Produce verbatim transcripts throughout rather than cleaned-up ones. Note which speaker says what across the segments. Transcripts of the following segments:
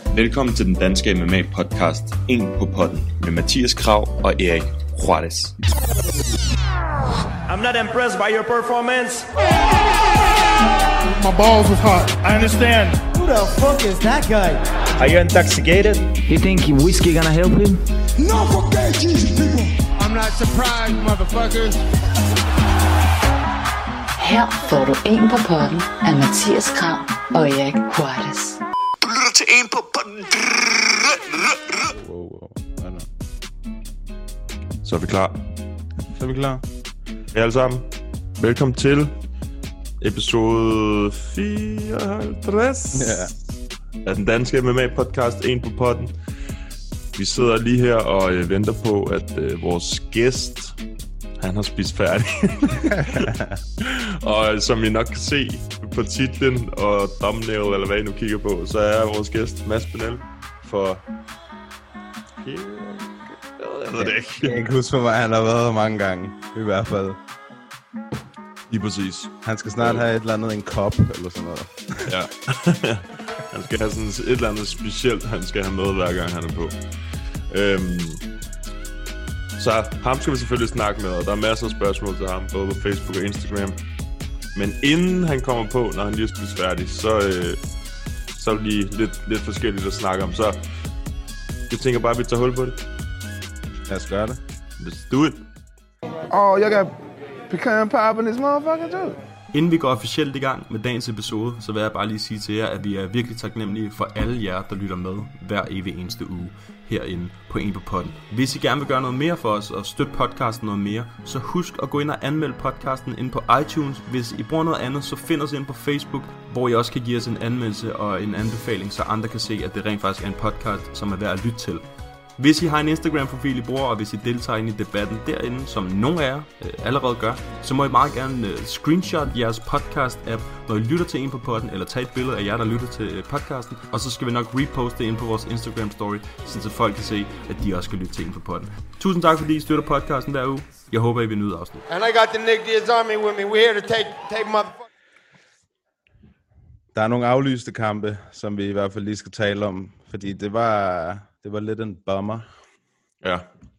Speaker 1: Velkommen til den danske M M A-podcast En på potten med Mathias Krav og Erik Juarez.
Speaker 2: I'm not impressed by your performance.
Speaker 3: My balls was hot. I understand.
Speaker 4: Who the fuck is that guy?
Speaker 2: Are you intoxicated?
Speaker 5: You think whiskey gonna help him?
Speaker 3: No, fuck that Jesus, people. I'm not surprised, motherfuckers.
Speaker 6: Her får du En på potten af Mathias Krav og Erik Juarez.
Speaker 1: Du lytter til En på potten.
Speaker 7: Wow, wow. Nej, nej.
Speaker 8: Så er vi klar.
Speaker 7: Så er vi klar.
Speaker 8: Hej alle sammen. Velkommen til episode fireoghalvtreds
Speaker 7: Ja.
Speaker 8: af den danske M M A-podcast En på potten. Vi sidder lige her og øh, venter på, at øh, vores gæst, han har spist færdig. Og øh, som I nok kan se på titlen og thumbnail, eller hvad I nu kigger på, så er vores gæst Mads Benel for... Jeg ved det ikke.
Speaker 7: Jeg kan ikke huske, hvor han har været mange gange. I hvert fald.
Speaker 8: Lige præcis.
Speaker 7: Han skal snart have et eller andet, en kop eller sådan noget.
Speaker 8: Ja. Han skal have sådan et eller andet specielt, han skal have med, hver gang han er på. Øhm, så ham skal vi selvfølgelig snakke med, og der er masser af spørgsmål til ham, både på Facebook og Instagram. Men inden han kommer på, når han lige er spist færdig, så, øh, så er det lige lidt, lidt forskelligt at snakke om. Så jeg tænker bare, at vi tager hul på det.
Speaker 7: Lad os gøre det.
Speaker 8: Let's do it.
Speaker 3: Oh, y'all got pecan pie in this motherfucker too.
Speaker 9: Inden vi går officielt i gang med dagens episode, så vil jeg bare lige sige til jer, at vi er virkelig taknemmelige for alle jer, der lytter med hver evig eneste uge herinde på En på potten. Hvis I gerne vil gøre noget mere for os og støtte podcasten noget mere, så husk at gå ind og anmelde podcasten ind på iTunes. Hvis I bruger noget andet, så find os ind på Facebook, hvor I også kan give os en anmeldelse og en anbefaling, så andre kan se, at det rent faktisk er en podcast, som er værd at lytte til. Hvis I har en Instagram-profil, I bruger, og hvis I deltager ind i debatten derinde, som nogle af jer øh, allerede gør, så må I meget gerne øh, screenshot jeres podcast-app, når I lytter til En på potten, eller tage et billede af jer, der lytter til øh, podcasten, og så skal vi nok reposte det ind på vores Instagram-story, så folk kan se, at de også skal lytte til En på potten. Tusind tak, fordi I støtter podcasten hver uge. Jeg håber, I vil nyde afsnit.
Speaker 3: And I got the Nick Diaz Army with me. We're here to take take motherfucker.
Speaker 7: Der er nogle aflyste kampe, som vi i hvert fald lige skal tale om, fordi det var, det var lidt en bummer.
Speaker 8: Ja.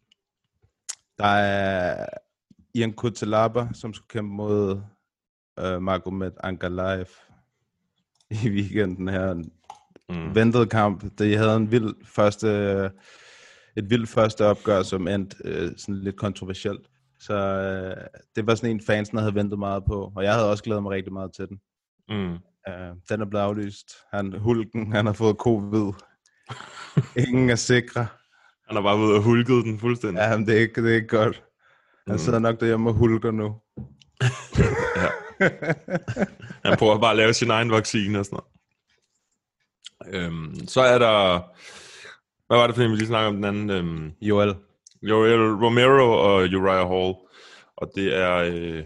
Speaker 7: Der er Ian Cutelaba, som skulle kæmpe mod uh, Magomed Ankalaev i weekenden her. Mm. Ventet kamp. De havde en vild første, et vildt første opgør, som endte uh, sådan lidt kontroversielt. Så uh, det var sådan en, fansen havde ventet meget på, og jeg havde også glædet mig rigtig meget til den.
Speaker 8: Mm.
Speaker 7: Uh, den er blevet aflyst. Han, Hulken, han har fået covid. Ingen er sikre.
Speaker 8: Han har bare været og hulket den fuldstændig.
Speaker 7: Ja, men det er ikke, det er ikke godt. Han sidder nok derhjemme og hulker nu.
Speaker 8: Ja. Han prøver bare at lave sin egen vaccine og sådan noget. Øhm, så er der... Hvad var det for en, vi lige snakkede om den anden? Øhm,
Speaker 7: Joel.
Speaker 8: Joel Romero og Uriah Hall. Og det er... Øh,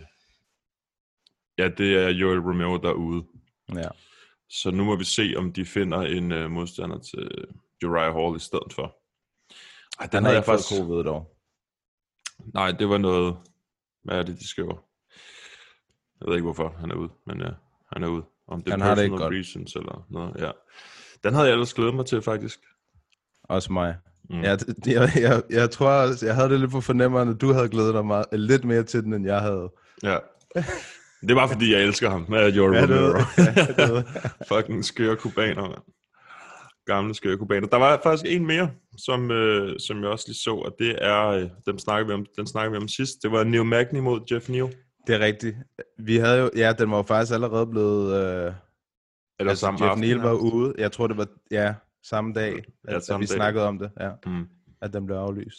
Speaker 8: ja, det er Joel Romero derude.
Speaker 7: Ja.
Speaker 8: Så nu må vi se, om de finder en øh, modstander til Uriah Hall i stedet for. Ej, den
Speaker 7: Han har
Speaker 8: havde
Speaker 7: ikke
Speaker 8: jeg
Speaker 7: fået
Speaker 8: faktisk...
Speaker 7: covid dog.
Speaker 8: Nej, det var noget... Hvad er det, de skriver? Jeg ved ikke, hvorfor han er ude, men ja, han er ude. Om det er
Speaker 7: Han har det ikke
Speaker 8: personal
Speaker 7: godt.
Speaker 8: reasons eller noget, ja. Den havde jeg ellers glædet mig til, faktisk.
Speaker 7: Også mig.
Speaker 8: Mm.
Speaker 7: Jeg, jeg, jeg, jeg tror også, jeg havde det lidt på fornemmeren, at du havde glædet dig meget, lidt mere til den, end jeg havde.
Speaker 8: Ja. Det var fordi, jeg elsker ham. Med Joel
Speaker 7: Ja, det ved
Speaker 8: Romero.
Speaker 7: jeg. Ja, det ved
Speaker 8: Fucking skøre kubaner, mand. Gamle skøre kubaner. Der var faktisk en mere, som, øh, som jeg også lige så, og det er, øh, den snakkede vi om, den snakkede vi om sidst. Det var Neil Magny mod Jeff Neal.
Speaker 7: Det er rigtigt. Vi havde jo, ja, den var jo faktisk allerede blevet, øh,
Speaker 8: Eller
Speaker 7: altså
Speaker 8: samme
Speaker 7: Jeff
Speaker 8: aften,
Speaker 7: Neal var
Speaker 8: nærmest.
Speaker 7: ude. Jeg tror, det var, ja, samme dag,
Speaker 8: Ja,
Speaker 7: at,
Speaker 8: samme
Speaker 7: at vi
Speaker 8: dag.
Speaker 7: snakkede om det, ja,
Speaker 8: Mm.
Speaker 7: at den blev aflyst.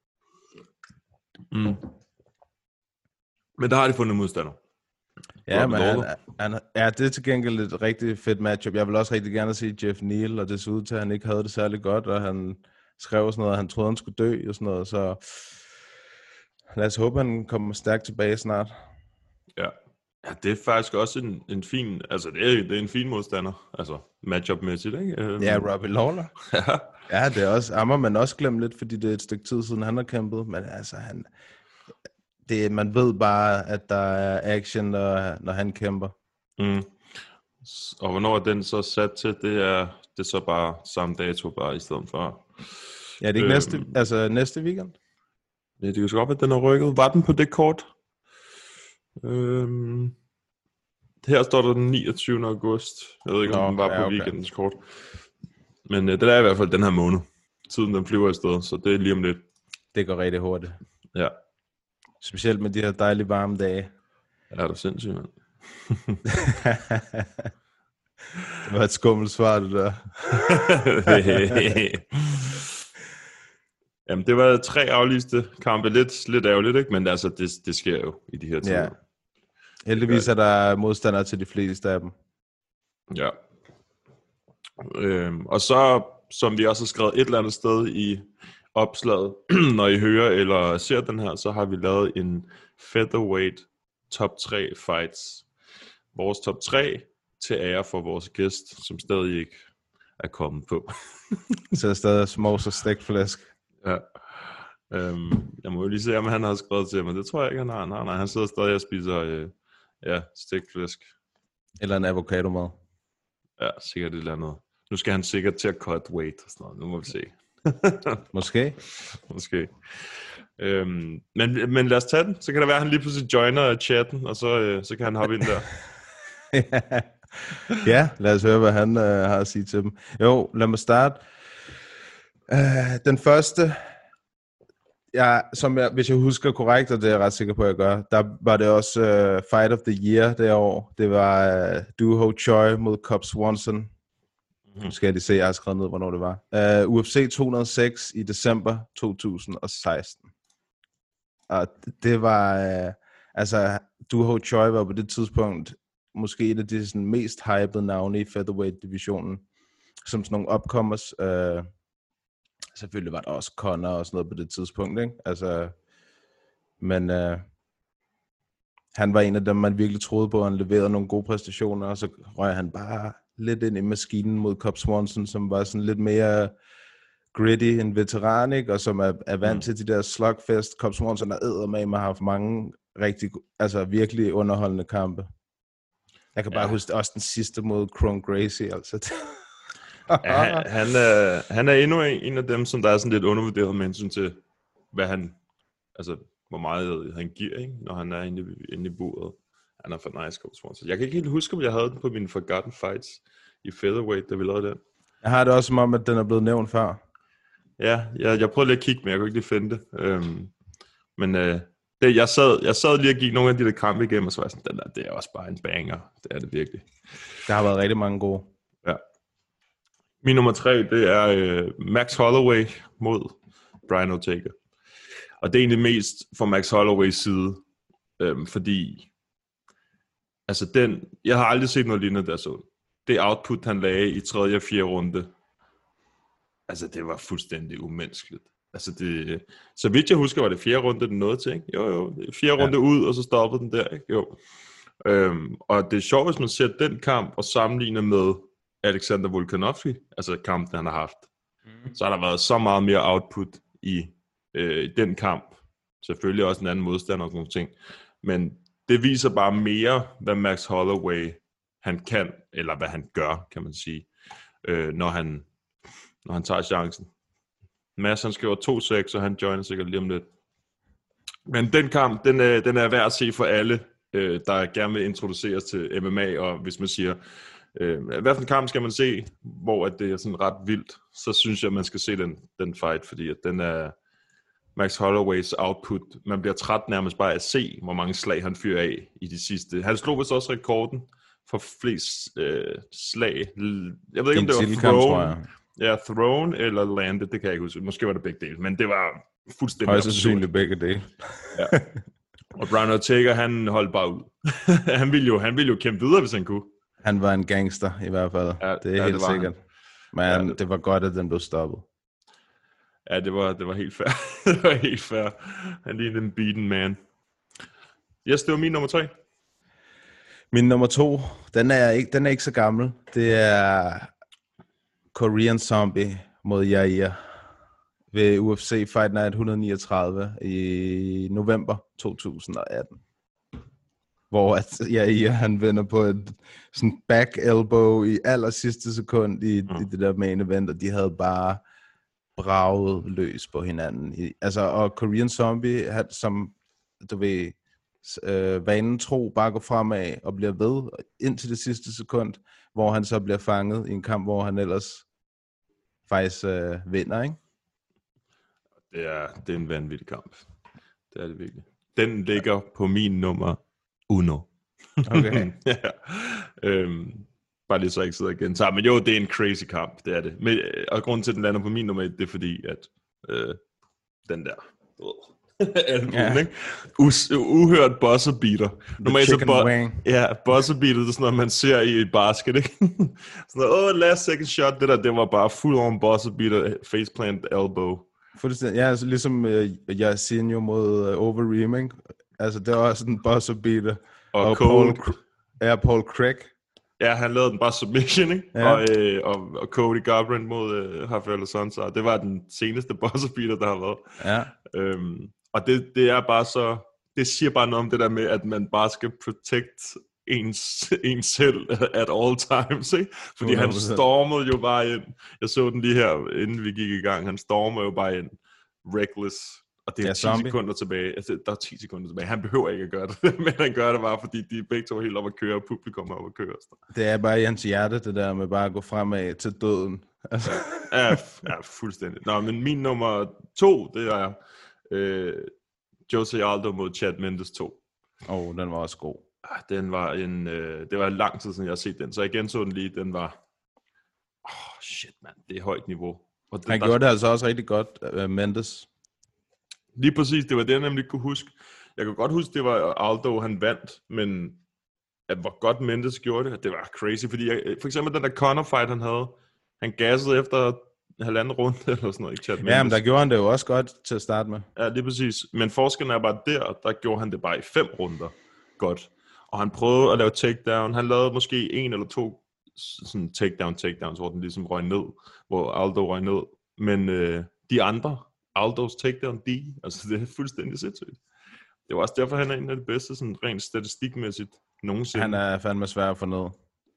Speaker 8: Mm. Men der har de fundet modstander.
Speaker 7: Ja,
Speaker 8: Robert
Speaker 7: men han,
Speaker 8: Lawler.
Speaker 7: han, ja, det er til gengæld et rigtig fedt matchup. Jeg vil også rigtig gerne se Jeff Neal, og det så ud til, at han ikke havde det særlig godt, og han skrev sådan noget, at han troede, han skulle dø og sådan noget, så lad os håbe, han kommer stærkt tilbage snart.
Speaker 8: Ja. Ja, det er faktisk også en, en fin, altså det er, det er en fin modstander, altså matchup-mæssigt, ikke? Øhm,
Speaker 7: Ja, Robbie Lawler.
Speaker 8: ja.
Speaker 7: Ja, det er også, Ammer man også glemt lidt, fordi det er et stykke tid siden, han har kæmpet, men altså, han, det, man ved bare, at der er action, når, når han kæmper.
Speaker 8: Mm. Og hvornår er den så sat til? Det er det er så bare samme dato bare i stedet for.
Speaker 7: Ja, det er ikke øhm, næste, altså næste weekend?
Speaker 8: Ja, det kan så godt være, den er rykket. Var den på det kort? Øhm, her står der den niogtyvende august. Jeg ved ikke, om Nå, den var ja, på okay. weekendens kort. Men øh, det er i hvert fald den her måned. Tiden den flyver afsted, så det er lige om lidt.
Speaker 7: Det går rigtig hurtigt.
Speaker 8: Ja.
Speaker 7: Specielt med de her dejlige varme dage.
Speaker 8: Ja, det er sindssygt, mand.
Speaker 7: Det var et skummelt svar, det der.
Speaker 8: Jamen, det var tre aflyste kampe. Lidt, lidt ærgerligt, ikke? Men altså, det, det sker jo i de her tider. Ja.
Speaker 7: Heldigvis er der modstandere til de fleste af dem.
Speaker 8: Ja. Øhm, og så, som vi også har skrevet et eller andet sted i opslaget, når I hører eller ser den her, så har vi lavet en featherweight top tre fights. Vores top tre til ære for vores gæst, som stadig ikke er kommet på.
Speaker 7: Så er stadig smås og stegt flæsk.
Speaker 8: Ja. Øhm, jeg må jo lige se, om han har skrevet til mig. Det tror jeg ikke, han har. Nej, nej, han sidder stadig og spiser øh, ja, stegt flæsk.
Speaker 7: Eller en avocado mad.
Speaker 8: Ja, sikkert et eller andet. Nu skal han sikkert til at cut weight og sådan noget. Nu må vi se.
Speaker 7: Måske.
Speaker 8: Måske. Øhm, men, men lad os tage den. Så kan det være, at han lige pludselig joiner chatten, og så, øh, så kan han hoppe ind der.
Speaker 7: Ja, lad os høre, hvad han øh, har at sige til dem. Jo, lad mig starte. Uh, den første, ja, som jeg, hvis jeg husker korrekt, og det er jeg ret sikker på, at jeg gør, der var det også uh, Fight of the Year det år. Det var uh, Doo Ho Choi mod Cub Swanson. Nu skal jeg lige se, jeg har skrevet ned, hvornår det var. Uh, U F C to hundrede og seks i december to tusind og seksten. Og det var, uh, altså, Doo Ho Choi var på det tidspunkt måske et af de sådan, mest hypede navne i featherweight-divisionen, som sådan nogle upcomers. Uh, selvfølgelig var der også Conor og sådan noget på det tidspunkt, ikke? Altså, men uh, han var en af dem, man virkelig troede på, og han leverede nogle gode præstationer, og så røg han bare lidt ind i maskinen mod Cub Swanson, som var sådan lidt mere gritty end veteran, ikke? Og som er, er vant mm. til de der slugfest. Cub Swanson er eddermame, har haft mange rigtig, altså virkelig underholdende kampe. Jeg kan bare ja. huske også den sidste mod Kron Gracie, altså.
Speaker 8: Ja, han, han, er, han er endnu en af dem, som der er sådan lidt undervurderet med hensyn til, hvad han, altså, hvor meget han giver, ikke? Når han er inde i, inde i buret. Han er for nice, Cub Swanson. Jeg kan ikke helt huske, om jeg havde den på mine Forgotten Fights i featherweight, da vi lavede den.
Speaker 7: Jeg har det også som om, at den er blevet nævnt før.
Speaker 8: Ja, jeg, jeg prøvede lige at kigge, men jeg kunne ikke lige finde det. Øhm, men øh, det, jeg, sad, jeg sad lige og gik nogle af de der kampe igennem, og så var jeg sådan, den der, det er også bare en banger. Det er det virkelig.
Speaker 7: Der har været rigtig mange gode.
Speaker 8: Ja. Min nummer tre, det er øh, Max Holloway mod Brian Ortega. Og det er egentlig mest for Max Holloways side, øhm, fordi altså den, jeg har aldrig set noget lignende der så. Det output, han lagde i tredje og fjerde runde, altså det var fuldstændig umenneskeligt. Altså det, så vidt jeg husker, var det fjerde runde, den nåede til, ikke? Jo, jo, fjerde ja. runde ud, og så stoppede den der, ikke? Jo. Øhm, og det er sjovt, hvis man ser den kamp og sammenligner med Alexander Volkanovski, altså kampen, han har haft. Mm. Så har der været så meget mere output i øh, den kamp. Selvfølgelig også en anden modstander og sådan nogle ting. Men det viser bare mere, hvad Max Holloway han kan, eller hvad han gør, kan man sige, øh, når, han, når han tager chancen. Mads, han skriver to seks, og han joiner sikkert lige om lidt. Men den kamp, den er, den er værd at se for alle, øh, der gerne vil introduceres til M M A, og hvis man siger, øh, hvad for en kamp skal man se, hvor at det er sådan ret vildt, så synes jeg, man skal se den, den fight, fordi at den er Max Holloways output. Man bliver træt nærmest bare at se, hvor mange slag han fyrer af i de sidste. Han slog vist også rekorden for flest øh, slag. Jeg ved ikke, om det var thrown, ja, thrown eller landed, det kan jeg ikke huske. Måske var det begge dele, men det var fuldstændig
Speaker 7: højst sandsynligt begge dele.
Speaker 8: Ja. Og Brian Ortega, han holdt bare ud. han, ville jo, han ville jo kæmpe videre, hvis han kunne.
Speaker 7: Han var en gangster i hvert fald. Ja, det er ja, helt det sikkert. Men ja, det... det var godt, at den blev stoppet.
Speaker 8: Ja, det var, det var helt fair. det var helt fair. Han lignede en beaten man. Yes, det var min nummer tre.
Speaker 7: Min nummer to, den er ikke, den er ikke så gammel. Det er Korean Zombie mod Yair ved U F C Fight Night et hundrede niogtredive i november to tusind og atten. hvor at, ja, ja, han vender på et sådan back elbow i aller sidste sekund i, mm. i det der main event, og de havde bare braget løs på hinanden. I, altså, og Korean Zombie, han, som du ved, øh, vanen tro, bare går fremad og bliver ved indtil det sidste sekund, hvor han så bliver fanget i en kamp, hvor han ellers faktisk øh, vinder, ikke?
Speaker 8: Det er, det er en vanvittig kamp. Det er det virkelig. Den ligger ja. på min nummer uno.
Speaker 7: Okay.
Speaker 8: ja. øhm, bare lige så ikke sidder igen. Så, men jo, det er en crazy kamp, det er det. Men, og grunden til, at den lander på min nummer et, det er fordi, at øh, den der... albuen, ja. ikke? U- uhørt buzzer-beater. Normalt så bo- ja, buzzer-beater, det er sådan noget, man ser i et basket, ikke? sådan noget, åh, oh, last second shot, det der, det var bare full-on buzzer-beater, faceplant elbow.
Speaker 7: Fuldstændig, ja, altså, ligesom uh, Jairzinho mod uh, Overeem, ikke? Altså, det var sådan en buzzer-beater.
Speaker 8: Og,
Speaker 7: og
Speaker 8: Cole...
Speaker 7: Paul, ja, Paul Craig.
Speaker 8: Ja, han lavede den bare submission, ikke? Ja. Og, øh, og, og Cody Garbrandt mod øh, Rafael Sanzar. Det var den seneste buzzer-beater, der har været.
Speaker 7: Ja.
Speaker 8: Øhm, og det, det er bare så... Det siger bare noget om det der med, at man bare skal protect ens, ens selv at all times, ikke? Fordi han stormede jo bare ind. Jeg så den lige her, inden vi gik i gang. Han stormede jo bare ind. Reckless. Og det er ja, ti zombie. Sekunder tilbage. Altså, der er ti sekunder tilbage. Han behøver ikke at gøre det, men han gør det bare, fordi de begge to er helt op at køre, og publikum er op at køre.
Speaker 7: Det er bare i hans hjerte, det der med bare at gå fremad til døden. Altså.
Speaker 8: ja, ja, fuldstændig. Nå, men min nummer to, det er øh, Jose Aldo mod Chad Mendes to.
Speaker 7: Åh, oh, den var også god.
Speaker 8: Den var en, øh, det var lang tid siden, jeg har set den, så jeg igen så den lige, den var, åh, oh, shit, mand, det er højt niveau. Og det,
Speaker 7: han
Speaker 8: der,
Speaker 7: gjorde det altså også rigtig godt, uh, Mendes.
Speaker 8: Lige præcis, det var det, jeg nemlig kunne huske. Jeg kan godt huske, det var Aldo, han vandt, men at hvor godt Mendes gjorde det, det var crazy, fordi jeg, for eksempel den der Conor fight, han havde, han gassede efter halvanden runde, eller sådan noget, ikke Chad Mendes.
Speaker 7: Ja, men der gjorde han det jo også godt til at starte med.
Speaker 8: Ja, lige præcis, men forskellen er bare der, der gjorde han det bare i fem runder godt. Og han prøvede at lave takedown, han lavede måske en eller to sådan takedown, takedowns, hvor den ligesom røg ned, hvor Aldo røg ned, men øh, de andre, Aldos takedown D, altså det er fuldstændig sindssygt. Det var også derfor, han er en af de bedste, sådan rent statistikmæssigt, nogensinde.
Speaker 7: Han er fandme svær at få ned.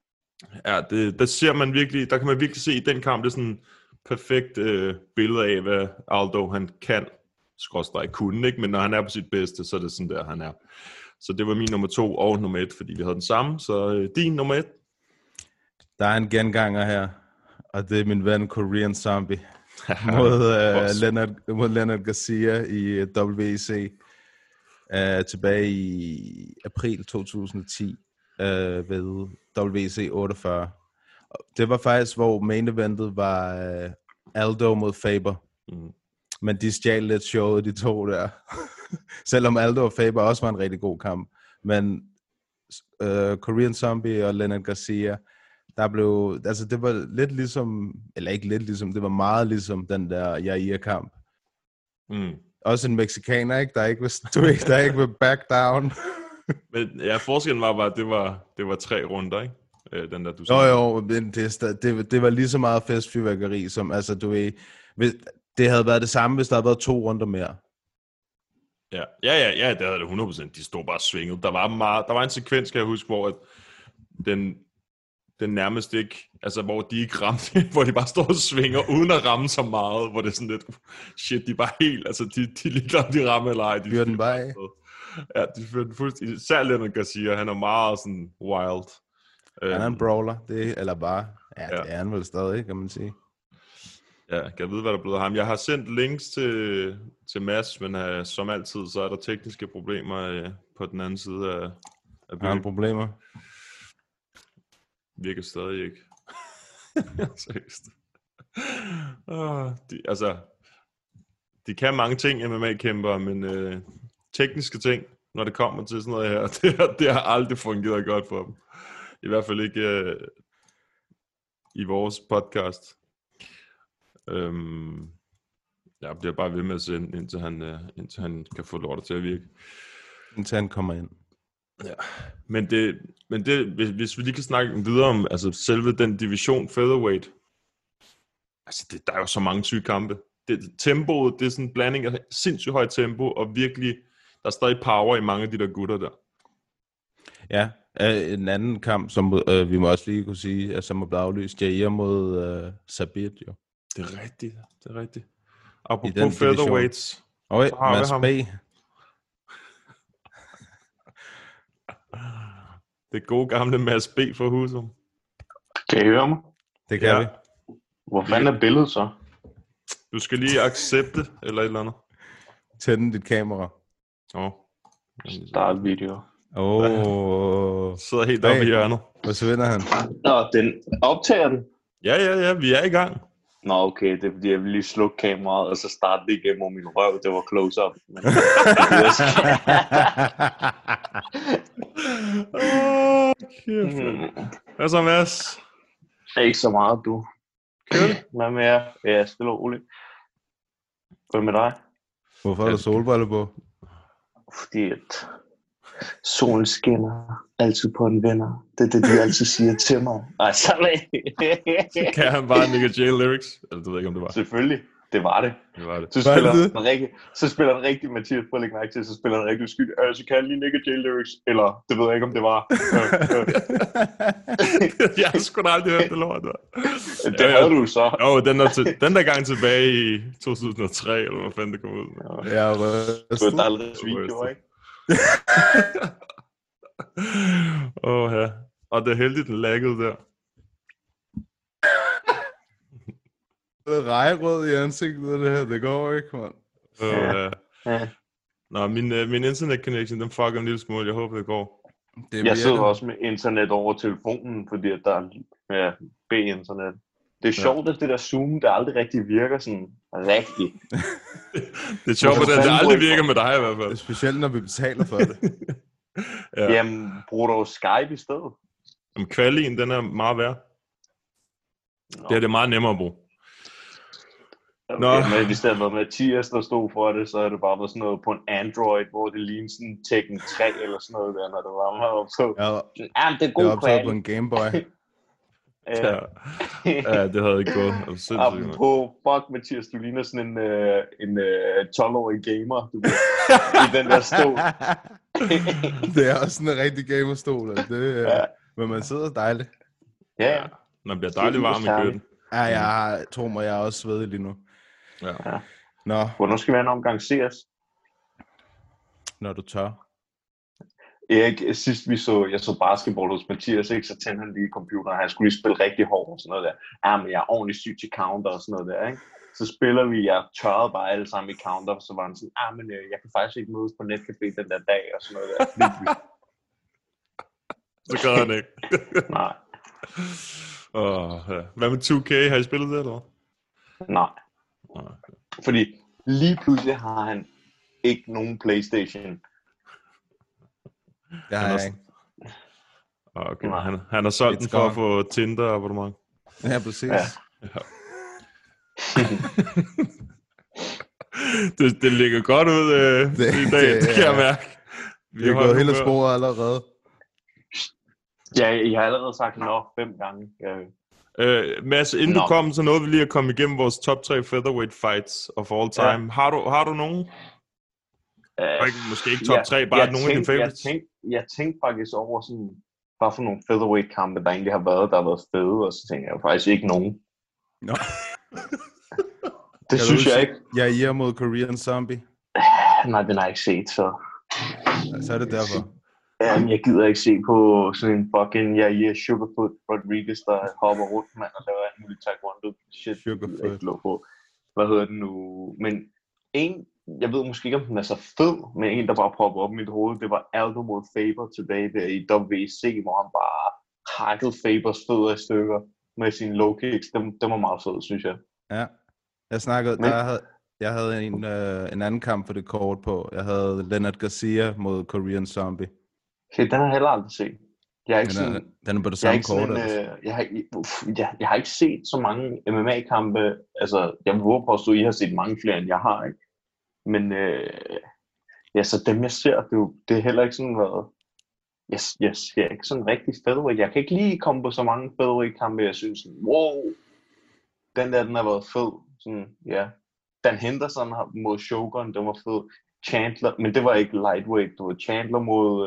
Speaker 8: Ja, det, der ser man virkelig, der kan man virkelig se i den kamp, det er sådan et perfekt øh, billede af, hvad Aldo han kan, skråstreg kunne, ikke? Men når han er på sit bedste, så er det sådan der, han er. Så det var min nummer to og nummer et, fordi vi havde den samme, så øh, din nummer et.
Speaker 7: Der er en genganger her, og det er min ven Korean Zombie. mod, uh, Leonard, mod Leonard Garcia i W E C uh, tilbage i april to tusind og ti uh, ved W E C otteogfyrre. Det var faktisk, hvor main eventet var uh, Aldo mod Faber. Mm. Men de stjal lidt showet, de to der. Selvom Aldo og Faber også var en rigtig god kamp. Men uh, Korean Zombie og Leonard Garcia, der blev, altså det var lidt ligesom, eller ikke lidt ligesom, det var meget ligesom den der Jair-kamp. Mm. Også en mexikaner, ikke? Der ikke vil, der ikke vil back down.
Speaker 8: Men ja, forskellen var bare, at det var, det var tre runder, ikke? Øh, den der, du
Speaker 7: jo, jo, men det, det, det var lige så meget festfyrværkeri, som, altså du ved, det havde været det samme, hvis der havde været to runder mere.
Speaker 8: Ja, ja, ja, ja, det havde det hundrede procent. De stod bare svinget. Der var meget, der var en sekvens, kan jeg huske, hvor at den, den nærmest ikke, altså hvor de ikke ramte, hvor de bare står og svinger, uden at ramme så meget, hvor det er sådan lidt, shit, de er bare helt, altså de, de ligeglade, de rammer eller ej. De
Speaker 7: fyrer den bare af.
Speaker 8: Ja, de fyrer den fuldstændig. Især Leonard Garcia, han er meget sådan wild.
Speaker 7: Han er en brawler, det, eller bare, ja, ja, det er han vel stadig, kan man sige.
Speaker 8: Ja, kan jeg vide, hvad der er blevet af ham. Jeg har sendt links til, til Mads, men uh, som altid, så er der tekniske problemer uh, på den anden side af, af byen.
Speaker 7: Har han problemer?
Speaker 8: Virker stadig ikke. Seriøst. oh, de, altså, de kan mange ting, M M A-kæmpere, men uh, tekniske ting, når det kommer til sådan noget her, det, har, det har aldrig fungeret godt for dem. I hvert fald ikke uh, i vores podcast. Øhm, jeg bliver bare ved med at sende, indtil han, uh, indtil han kan få lortet til at virke.
Speaker 7: Indtil han kommer ind.
Speaker 8: Ja, men det, men det hvis, hvis vi lige kan snakke videre om altså selve den division featherweight. Altså, det, der er jo så mange syge kampe. Det, tempoet, det er sådan en blanding af sindssygt højt tempo, og virkelig, der er stadig power i mange af de der gutter der.
Speaker 7: Ja, øh, en anden kamp, som øh, vi må også lige kunne sige, at som er blevet aflyst, Jair mod øh, Sabit, jo.
Speaker 8: Det er rigtigt, det er rigtigt. Apropos featherweights.
Speaker 7: Oj, Mads B.
Speaker 8: Det gode gamle Mads B fra Husum.
Speaker 10: Kan I høre mig?
Speaker 7: Det kan
Speaker 8: Ja.
Speaker 7: vi.
Speaker 10: Hvor fanden er billedet så?
Speaker 8: Du skal lige accepte, eller et eller andet.
Speaker 7: Tænde dit kamera.
Speaker 8: Åh. Oh.
Speaker 10: Start video.
Speaker 7: Åh. Oh.
Speaker 8: Sidder helt oppe i hjørnet.
Speaker 7: Hvor svinder han?
Speaker 10: Nå, den optager den.
Speaker 8: Ja, ja, ja, vi er i gang.
Speaker 10: Nå, okay, det er fordi, jeg vil lige slukke kameraet, og så starte det igennem over min røv. Det var close-up. Men...
Speaker 8: Åh, kæft. Hvad så, Mads?
Speaker 10: Ikke så meget, du. Hvad med jer? Ja, stille og roligt. Hvad med dig?
Speaker 7: Hvorfor har du solbriller på?
Speaker 10: Fordi at solen skinner altid på en venner. Det er det, de altid siger til mig. Ej, så
Speaker 8: Kan han bare Nick J lyrics? Eller du ved ikke, om det var.
Speaker 10: Selvfølgelig. Det var det.
Speaker 8: Det var det.
Speaker 10: Så spiller den rigtig, så spiller den rigtig Mathias, prøv at lægge mærke til, så spiller den rigtig uskyld. Øh, så kan jeg lige Nick J lyrics, eller det ved jeg ikke, om det var. Øh, øh.
Speaker 8: Jeg har sgu da aldrig hørt det lort. Der.
Speaker 10: Det ja, havde du så.
Speaker 8: Jo, den der, til, den der gang tilbage i to tusind og tre, eller hvad fanden det kom ud.
Speaker 7: Ja, røst.
Speaker 10: Du har aldrig video, ikke?
Speaker 8: Åh, ja. Og det er heldigt, den laggede der.
Speaker 7: Rejerød i ansigtet, det her, det går ikke, mand.
Speaker 8: Åh, ja. Ja. Nå, min, uh, min internet connection, den fucker en lille smule. Jeg håber, det går.
Speaker 10: Det jeg sidder også med internet over telefonen, fordi at der er ja, B-internet. Det er sjovt, ja. At det der Zoom, der aldrig rigtig virker sådan rigtigt.
Speaker 8: Det er sjovt, at det aldrig virker med dig i hvert fald.
Speaker 7: Specielt, når vi betaler for det.
Speaker 10: Ja. Jamen, bruger du Skype i stedet?
Speaker 8: Jamen, kvalien, den er meget værd. Nå. Det er det meget nemmere at bruge.
Speaker 10: Okay, Nå. Men hvis det havde været Mathias, der stod for det, så havde det bare været sådan noget på en Android, hvor det lignede sådan Tekken tre eller sådan noget der, når det var meget optaget.
Speaker 7: Ja,
Speaker 10: ja, det er god
Speaker 7: jeg optaget på en Gameboy.
Speaker 8: Ja. Ja, det havde ikke gået.
Speaker 10: Apropos, fuck Mathias, du ligner sådan en, uh, en uh, tolv-årig gamer, du ved, i den der stol.
Speaker 7: Det er også sådan en rigtig gamerstol, det, uh, ja. Men man sidder dejligt.
Speaker 10: Ja, ja.
Speaker 8: Man bliver dejligt varm i køden.
Speaker 7: Ja, jeg tror mig, jeg er også svedig lige nu.
Speaker 8: Ja.
Speaker 10: Ja.
Speaker 7: Nå.
Speaker 10: Hvornår skal vi have en omgang C S?
Speaker 7: Når du tør.
Speaker 10: Erik, sidst vi så, jeg så basketball hos Mathias, ikke, så tændte han lige computeren, han skulle lige spille rigtig hårdt og sådan noget der. Ja, men jeg er ordentligt syg til counter og sådan noget der, ikke? Så spiller vi, jeg tørrede bare alle sammen i counter, så var han sådan, ja, men jeg kan faktisk ikke mødes på netcafé den der dag og sådan noget der.
Speaker 8: Så gør han ikke.
Speaker 10: Nej.
Speaker 8: Oh, ja. Hvad med to K? Har I spillet det, eller?
Speaker 10: Nej. Okay. Fordi lige pludselig har han ikke nogen PlayStation.
Speaker 7: Det har jeg ikke.
Speaker 8: Okay, han, han har solgt den for at få Tinder-abonnement.
Speaker 7: Ja, præcis.
Speaker 10: Ja.
Speaker 8: Ja. det, det ligger godt ud øh, det, i dag, det, det kan jeg mærke.
Speaker 7: Vi har gået hele sporet allerede.
Speaker 10: Ja, I har allerede sagt nå fem gange. Ja.
Speaker 8: Øh, Mads, inden nå. du kom, så nåede vi lige at komme igennem vores top tre featherweight fights of all time. Ja. Har, du, har du nogen? Uh, ikke, måske ikke top tre, ja, bare nogle af dine favorites.
Speaker 10: Jeg tænkte, jeg tænkte faktisk over sådan, bare for nogle featherweight kampe, der egentlig har været, der har været fede, og så tænkte jeg faktisk ikke nogen.
Speaker 7: Nå.
Speaker 10: Det kan synes jeg ikke.
Speaker 7: Jeg er her mod Korean Zombie.
Speaker 10: Nej, den har jeg ikke set, så...
Speaker 7: Ja, så er det derfor.
Speaker 10: Jamen, jeg gider ikke se på sådan en fucking, ja, yeah, Sugarfoot Rodriguez, der hopper rundt, mand, og laver alt muligt taekwondo shit.
Speaker 7: Sugarfoot.
Speaker 10: På. Hvad hedder den nu? Men en, jeg ved måske ikke, om den er så fed, men en, der bare popper op i mit hoved, det var Aldo mod Faber tilbage der i W C, hvor han bare hakkede Fabers fødder i stykker med sine low kicks. Det, det var meget fedt, synes jeg.
Speaker 7: Ja, jeg snakkede, men, der havde, jeg havde en, øh, en anden kamp for det kort på. Jeg havde Leonard Garcia mod Korean Zombie.
Speaker 10: Okay, den har jeg heller aldrig set. Jeg har ikke
Speaker 7: den, er,
Speaker 10: sådan,
Speaker 7: den er på det samme kort.
Speaker 10: En, øh, jeg, har, uff, jeg, jeg har ikke set så mange M M A-kampe. Altså, jeg vil håbe på, at I har set mange flere, end jeg har, ikke? Men øh, ja, så dem jeg ser, det, jo, det er heller ikke sådan været... Jeg, jeg ser ikke sådan rigtig featherweight. Jeg kan ikke lige komme på så mange featherweight-kampe, jeg synes sådan, wow, den der, den har været fed. Sådan, ja. Dan Henderson mod Shogun, den var fed. Chandler, men det var ikke lightweight, det var Chandler mod uh,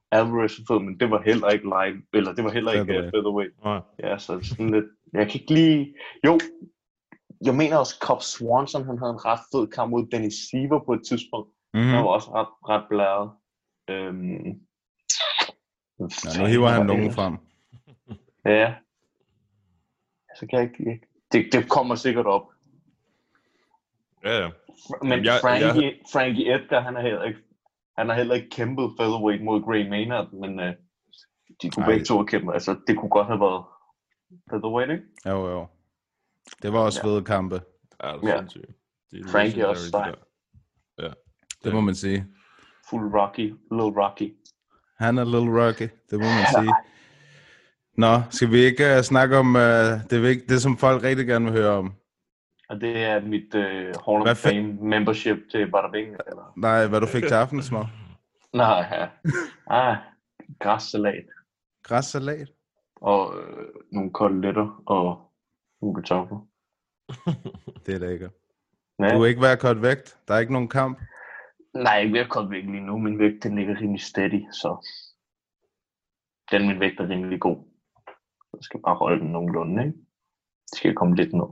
Speaker 10: Alvarez var fed, men det var heller ikke live, eller det var heller ikke featherweight. featherweight.
Speaker 8: Nej.
Speaker 10: Ja, så sådan lidt, jeg kan ikke lige, jo, jeg mener også, Cub Swanson, han havde en ret fed kamp mod Dennis Siver på et tidspunkt. Mm-hmm. Han var også ret, ret blæret. Øhm,
Speaker 7: ja, nu hiver han nogen frem.
Speaker 10: Ja. Så kan jeg ikke, det, det kommer sikkert op.
Speaker 8: Ja, ja.
Speaker 10: Men
Speaker 8: jeg,
Speaker 10: Frankie,
Speaker 8: jeg...
Speaker 10: Frankie Edgar, han har heller ikke, han har heller ikke kæmpet featherweight mod Gray Maynard, men uh, de kunne begge to have kæmpet. Altså, det kunne godt have været featherweight, ikke?
Speaker 7: Jo, jo. Det var også ja. fede kampe.
Speaker 8: Ja, det er
Speaker 10: ja.
Speaker 8: De
Speaker 10: Frankie er også stejl.
Speaker 8: Ja.
Speaker 7: Det må man sige.
Speaker 10: Full Rocky, Little Rocky.
Speaker 7: Han er Little Rocky, det må man sige. Nå, skal vi ikke uh, snakke om uh, det, det, som folk rigtig gerne vil høre om?
Speaker 10: Og det er mit uh, Hall of Fame membership til Bada Bing, eller?
Speaker 7: Nej, hvad du fik til aftensmad?
Speaker 10: Nej, ja. Ah, græssalat.
Speaker 7: Græssalat?
Speaker 10: Og øh, nogle koteletter og nogle kartofler.
Speaker 7: Det er lækkert. Ja. Du er ikke ved at korte vægt? Der er ikke nogen kamp?
Speaker 10: Nej, jeg er ikke ved at korte vægt lige nu. Min vægt, den ligger rimelig steady, så den min vægt er rimelig god. Jeg skal bare holde den nogenlunde, ikke? Det skal komme lidt ned.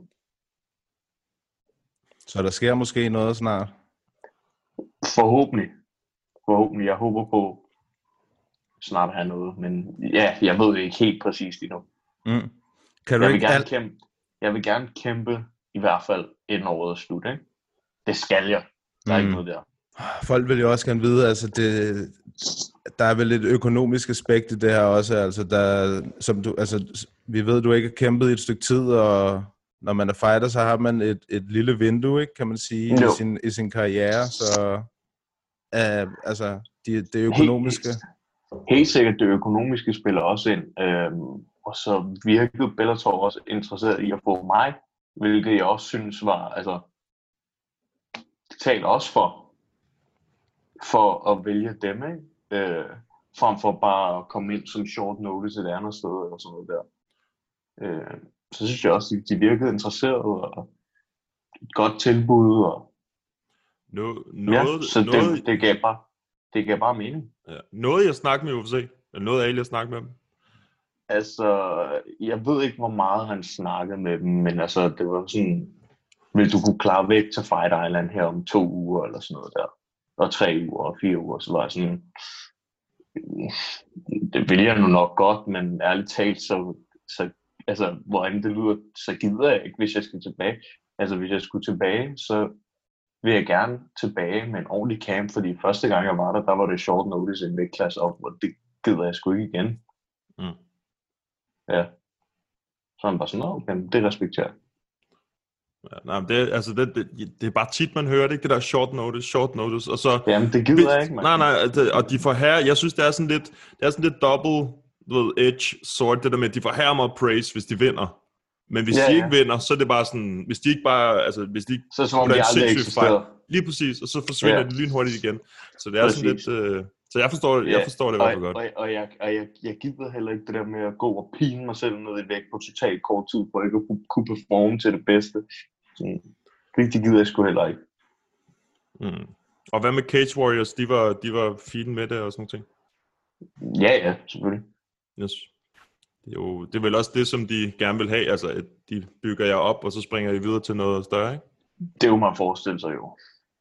Speaker 7: Så der sker måske noget snart?
Speaker 10: Forhåbentlig. Forhåbentlig. Jeg håber på snart at have noget, men ja, jeg ved det ikke helt præcist endnu.
Speaker 7: Mm. Kan du
Speaker 10: jeg, vil
Speaker 7: ikke
Speaker 10: gerne
Speaker 7: al-
Speaker 10: kæmpe, jeg vil gerne kæmpe i hvert fald inden året er slut, ikke? Det skal jeg. Der er mm. ikke noget der.
Speaker 7: Folk vil jo også gerne vide, altså det, der er vel et økonomisk aspekt i det her også, altså der, som du, altså vi ved, du ikke har kæmpet i et stykke tid, og når man er fighter, så har man et, et lille vindue, ikke, kan man sige, i sin, i sin karriere, så uh, altså det, det økonomiske.
Speaker 10: Helt, helt sikkert det økonomiske spiller også ind, øhm, og så virkede Bellator også interesseret i at få mig, hvilket jeg også synes var, altså det taler også for, for at vælge dem, ikke? Øh, frem for bare at komme ind som short notice et andet sted, eller sådan noget der. Øh, så synes jeg også, at de virkede interesserede, og et godt tilbud, og
Speaker 8: no, noget,
Speaker 10: ja, så
Speaker 8: noget,
Speaker 10: det, det, gav bare, det gav bare mening.
Speaker 8: Ja. Noget jeg snakkede med U F C, eller noget af jeg snakkede med dem?
Speaker 10: Altså, jeg ved ikke, hvor meget han snakkede med dem, men altså, det var sådan, vil du kunne klare væk til Fight Island her om to uger, eller sådan noget der, og tre uger, og fire uger, så var jeg sådan, det vil jeg nu nok godt, men ærligt talt, så, så altså, hvordan det lyder, så gider jeg ikke, hvis jeg skal tilbage. Altså, hvis jeg skulle tilbage, så vil jeg gerne tilbage med en ordentlig camp, fordi første gang jeg var der, der var det short notice en vægtklasse op, og det gider jeg sgu ikke igen.
Speaker 8: Mm.
Speaker 10: Ja. Så han bare sådan, okay, det respekterer jeg.
Speaker 8: Ja, nej, men det, altså det, det, det er bare tit, man hører det, ikke? Det der short notice, short notice, og så...
Speaker 10: Jamen, det gider jeg ikke, man.
Speaker 8: Nej, nej, det, og de får her, jeg synes, det er sådan lidt, det er sådan lidt double, du ved, edge sword, det der med, at de får her meget praise, hvis de vinder. Men hvis ja, de ikke ja. vinder, så er det bare sådan, hvis de ikke bare, altså, hvis de ikke...
Speaker 10: Så er det som om, de aldrig eksisterer.
Speaker 8: Lige præcis, og så forsvinder ja. det lynhurtigt igen. Så det er præcis. Sådan lidt... Øh, så jeg forstår,
Speaker 10: ja.
Speaker 8: jeg forstår det i hvert fald godt.
Speaker 10: Og, og, og, jeg, og jeg, jeg gider heller ikke det der med at gå og pine mig selv ned i vægt på totalt kort tid, for ikke at kunne performe til det bedste. Sådan. Det gider jeg sgu heller ikke.
Speaker 8: Mm. Og hvad med Cage Warriors? De var, de var fine med det og sådan noget ting?
Speaker 10: Ja, ja, selvfølgelig.
Speaker 8: Yes. Det er, jo, det er vel også det, som de gerne vil have. Altså, at de bygger jer op, og så springer I videre til noget større, ikke?
Speaker 10: Det er jo man forestille sig jo.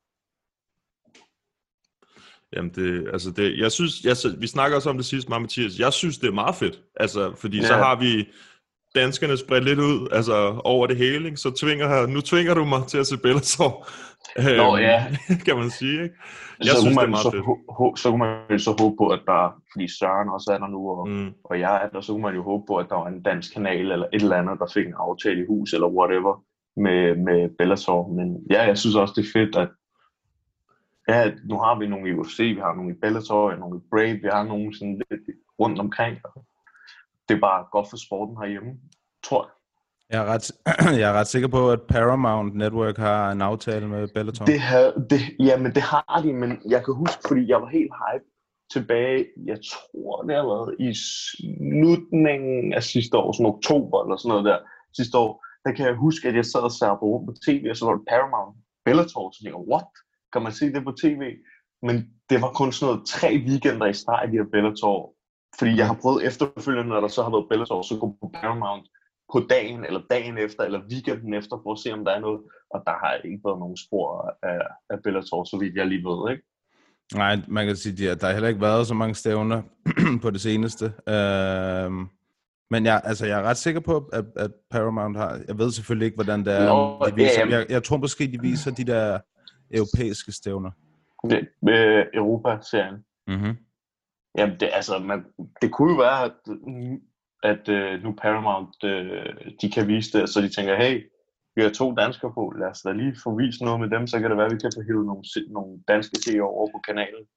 Speaker 8: Jamen, det, altså det, jeg synes, jeg, vi snakker også om det sidste, Mathias. Jeg synes, det er meget fedt. Altså, fordi ja. så har vi danskerne spredt lidt ud, altså over det hele, ikke? Så tvinger, nu tvinger du mig til at se Bellator.
Speaker 10: Nå øhm, ja.
Speaker 8: Kan man sige, ikke? Jeg
Speaker 10: så
Speaker 8: synes,
Speaker 10: man
Speaker 8: det er meget
Speaker 10: så,
Speaker 8: fedt.
Speaker 10: Ho- så kunne man jo så håbe på, at der, fordi Søren også er der nu, og,
Speaker 8: mm.
Speaker 10: og jeg er der, så kunne man jo håbe på, at der var en dansk kanal, eller et eller andet, der fik en aftale i hus, eller whatever, med, med Bellator. Men ja, jeg synes også, det er fedt, at ja, nu har vi nogle i U F C, vi har nogle i Bellator, nogle i Brave, vi har nogle sådan lidt rundt omkring. Det er bare godt for sporten herhjemme, tror jeg.
Speaker 7: Jeg er, ret, jeg er ret sikker på, at Paramount Network har en aftale med Bellator.
Speaker 10: Det har, det, jamen det har de, men jeg kan huske, fordi jeg var helt hype tilbage, jeg tror det har været i slutningen af sidste år, sådan oktober eller sådan noget der, sidste år, der kan jeg huske, at jeg sad og sad på rundt på tv, og så var det Paramount Bellator, så jeg tænkte, what? Kan man se det på tv? men det var kun sådan noget tre weekender i streg i de her Bellator. Fordi jeg har prøvet efterfølgende, når der så har været Bellator, så gå på Paramount på dagen, eller dagen efter, eller weekenden efter, for at se, om der er noget. Og der har ikke været nogen spor af, af Bellator, så vidt jeg lige ved, ikke?
Speaker 7: Nej, man kan sige, at der har heller ikke været så mange stævner på det seneste. Uh, men jeg, altså, jeg er ret sikker på, at, at Paramount har... Jeg ved selvfølgelig ikke, hvordan det er.
Speaker 10: Nå,
Speaker 7: de viser,
Speaker 10: ja, ja.
Speaker 7: jeg, jeg tror måske, de viser de der europæiske stævner.
Speaker 10: Det, øh, Europa-serien.
Speaker 7: Mhm.
Speaker 10: Jamen, det, altså, man, det kunne jo være, at, at uh, nu Paramount, uh, de kan vise det, så de tænker, hey, vi har to danskere på, lad os da lige få vist noget med dem, så kan det være, at vi kan få hivet nogle, nogle danske seere over på kanalen.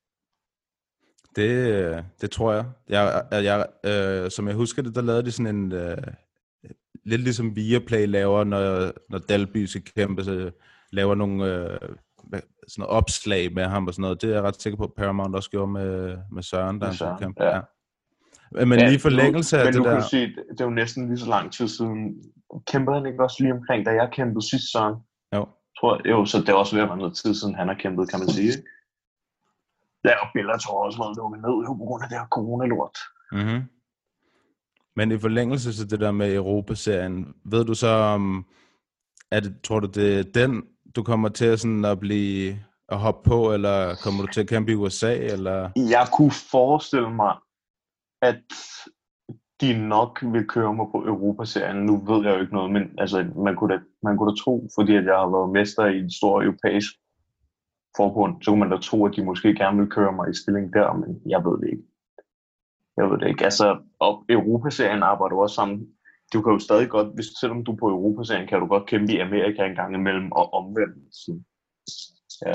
Speaker 7: Det, det tror jeg. jeg, jeg øh, som jeg husker det, der lavede de sådan en... Øh, lidt ligesom Viaplay laver, når, når Dalby skal kæmpe, så laver nogle øh, sådan noget opslag med ham og sådan noget. Det er jeg ret sikker på, at Paramount også gjorde med, med Søren, der han skulle kæmpe. Ja. Ja. Men
Speaker 10: ja,
Speaker 7: lige forlængelse af
Speaker 10: men
Speaker 7: det
Speaker 10: du
Speaker 7: der...
Speaker 10: kan sige, det er jo næsten lige så lang tid siden. Kæmpede han ikke også lige omkring, da jeg kæmpede sidst, Søren?
Speaker 7: Jo.
Speaker 10: Tror, jo, så det er også ved at være noget tid siden, han har kæmpet, kan man sige. Ja, og Bellator også været lukket ned jo på grund af det her corona-lort.
Speaker 7: Mm-hmm. Men i forlængelse til det der med Europa-serien, ved du så om, er det, tror du det er den, du kommer til sådan at blive at hoppe på, eller kommer du til at kæmpe i U S A, eller?
Speaker 10: Jeg kunne forestille mig, at de nok vil køre mig på Europa-serien. Nu ved jeg jo ikke noget, men altså, man, kunne da, man kunne da tro, fordi at jeg har været mester i en stor europæisk forbund, så kunne man da tro, at de måske gerne vil køre mig i stilling der, men jeg ved det ikke. Jeg ved det ikke. Altså, og Europa-serien arbejder også sammen. Du kan jo stadig godt, hvis selvom du er på Europa-serien, kan du godt kæmpe i Amerika en gang imellem og omvendt. Så, ja.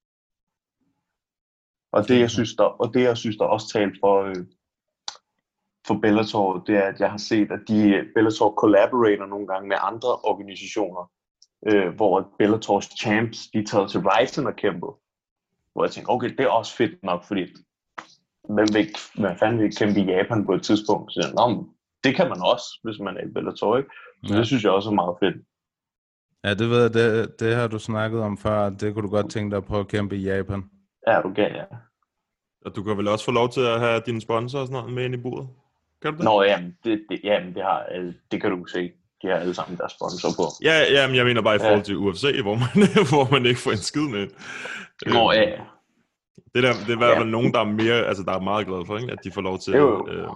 Speaker 10: Og det, jeg synes, der, og det, jeg synes, der også talt for, øh, for Bellator, det er, at jeg har set, at de Bellator collaborater nogle gange med andre organisationer, øh, hvor Bellators champs, de er taget til Ryzen og kæmpet. Hvor jeg tænker, okay, det er også fedt nok, fordi hvem, vil, hvem fanden vil kæmpe i Japan på et tidspunkt? Så nå, det kan man også, hvis man er i Bellator, ikke? Så ja. Det synes jeg også er meget fedt.
Speaker 7: Ja, det ved jeg, det, det har du snakket om før, det kunne du godt tænke dig på at kæmpe i Japan.
Speaker 10: Ja, du kan, ja.
Speaker 8: Og du kan vel også få lov til at have dine sponsorer og sådan noget med ind i bordet? Kan du det?
Speaker 10: Nå, jamen, det, det, jamen, det, har, det kan du se. De har alle sammen deres sponsor på.
Speaker 8: Ja, ja, men jeg mener bare i forhold til U F C, hvor man, hvor man ikke får en skid med.
Speaker 10: Nå, ja, ja.
Speaker 8: Det, der, det er i hvert fald nogen, der er mere, altså der er meget glade for, ikke? At de får lov til at, øh,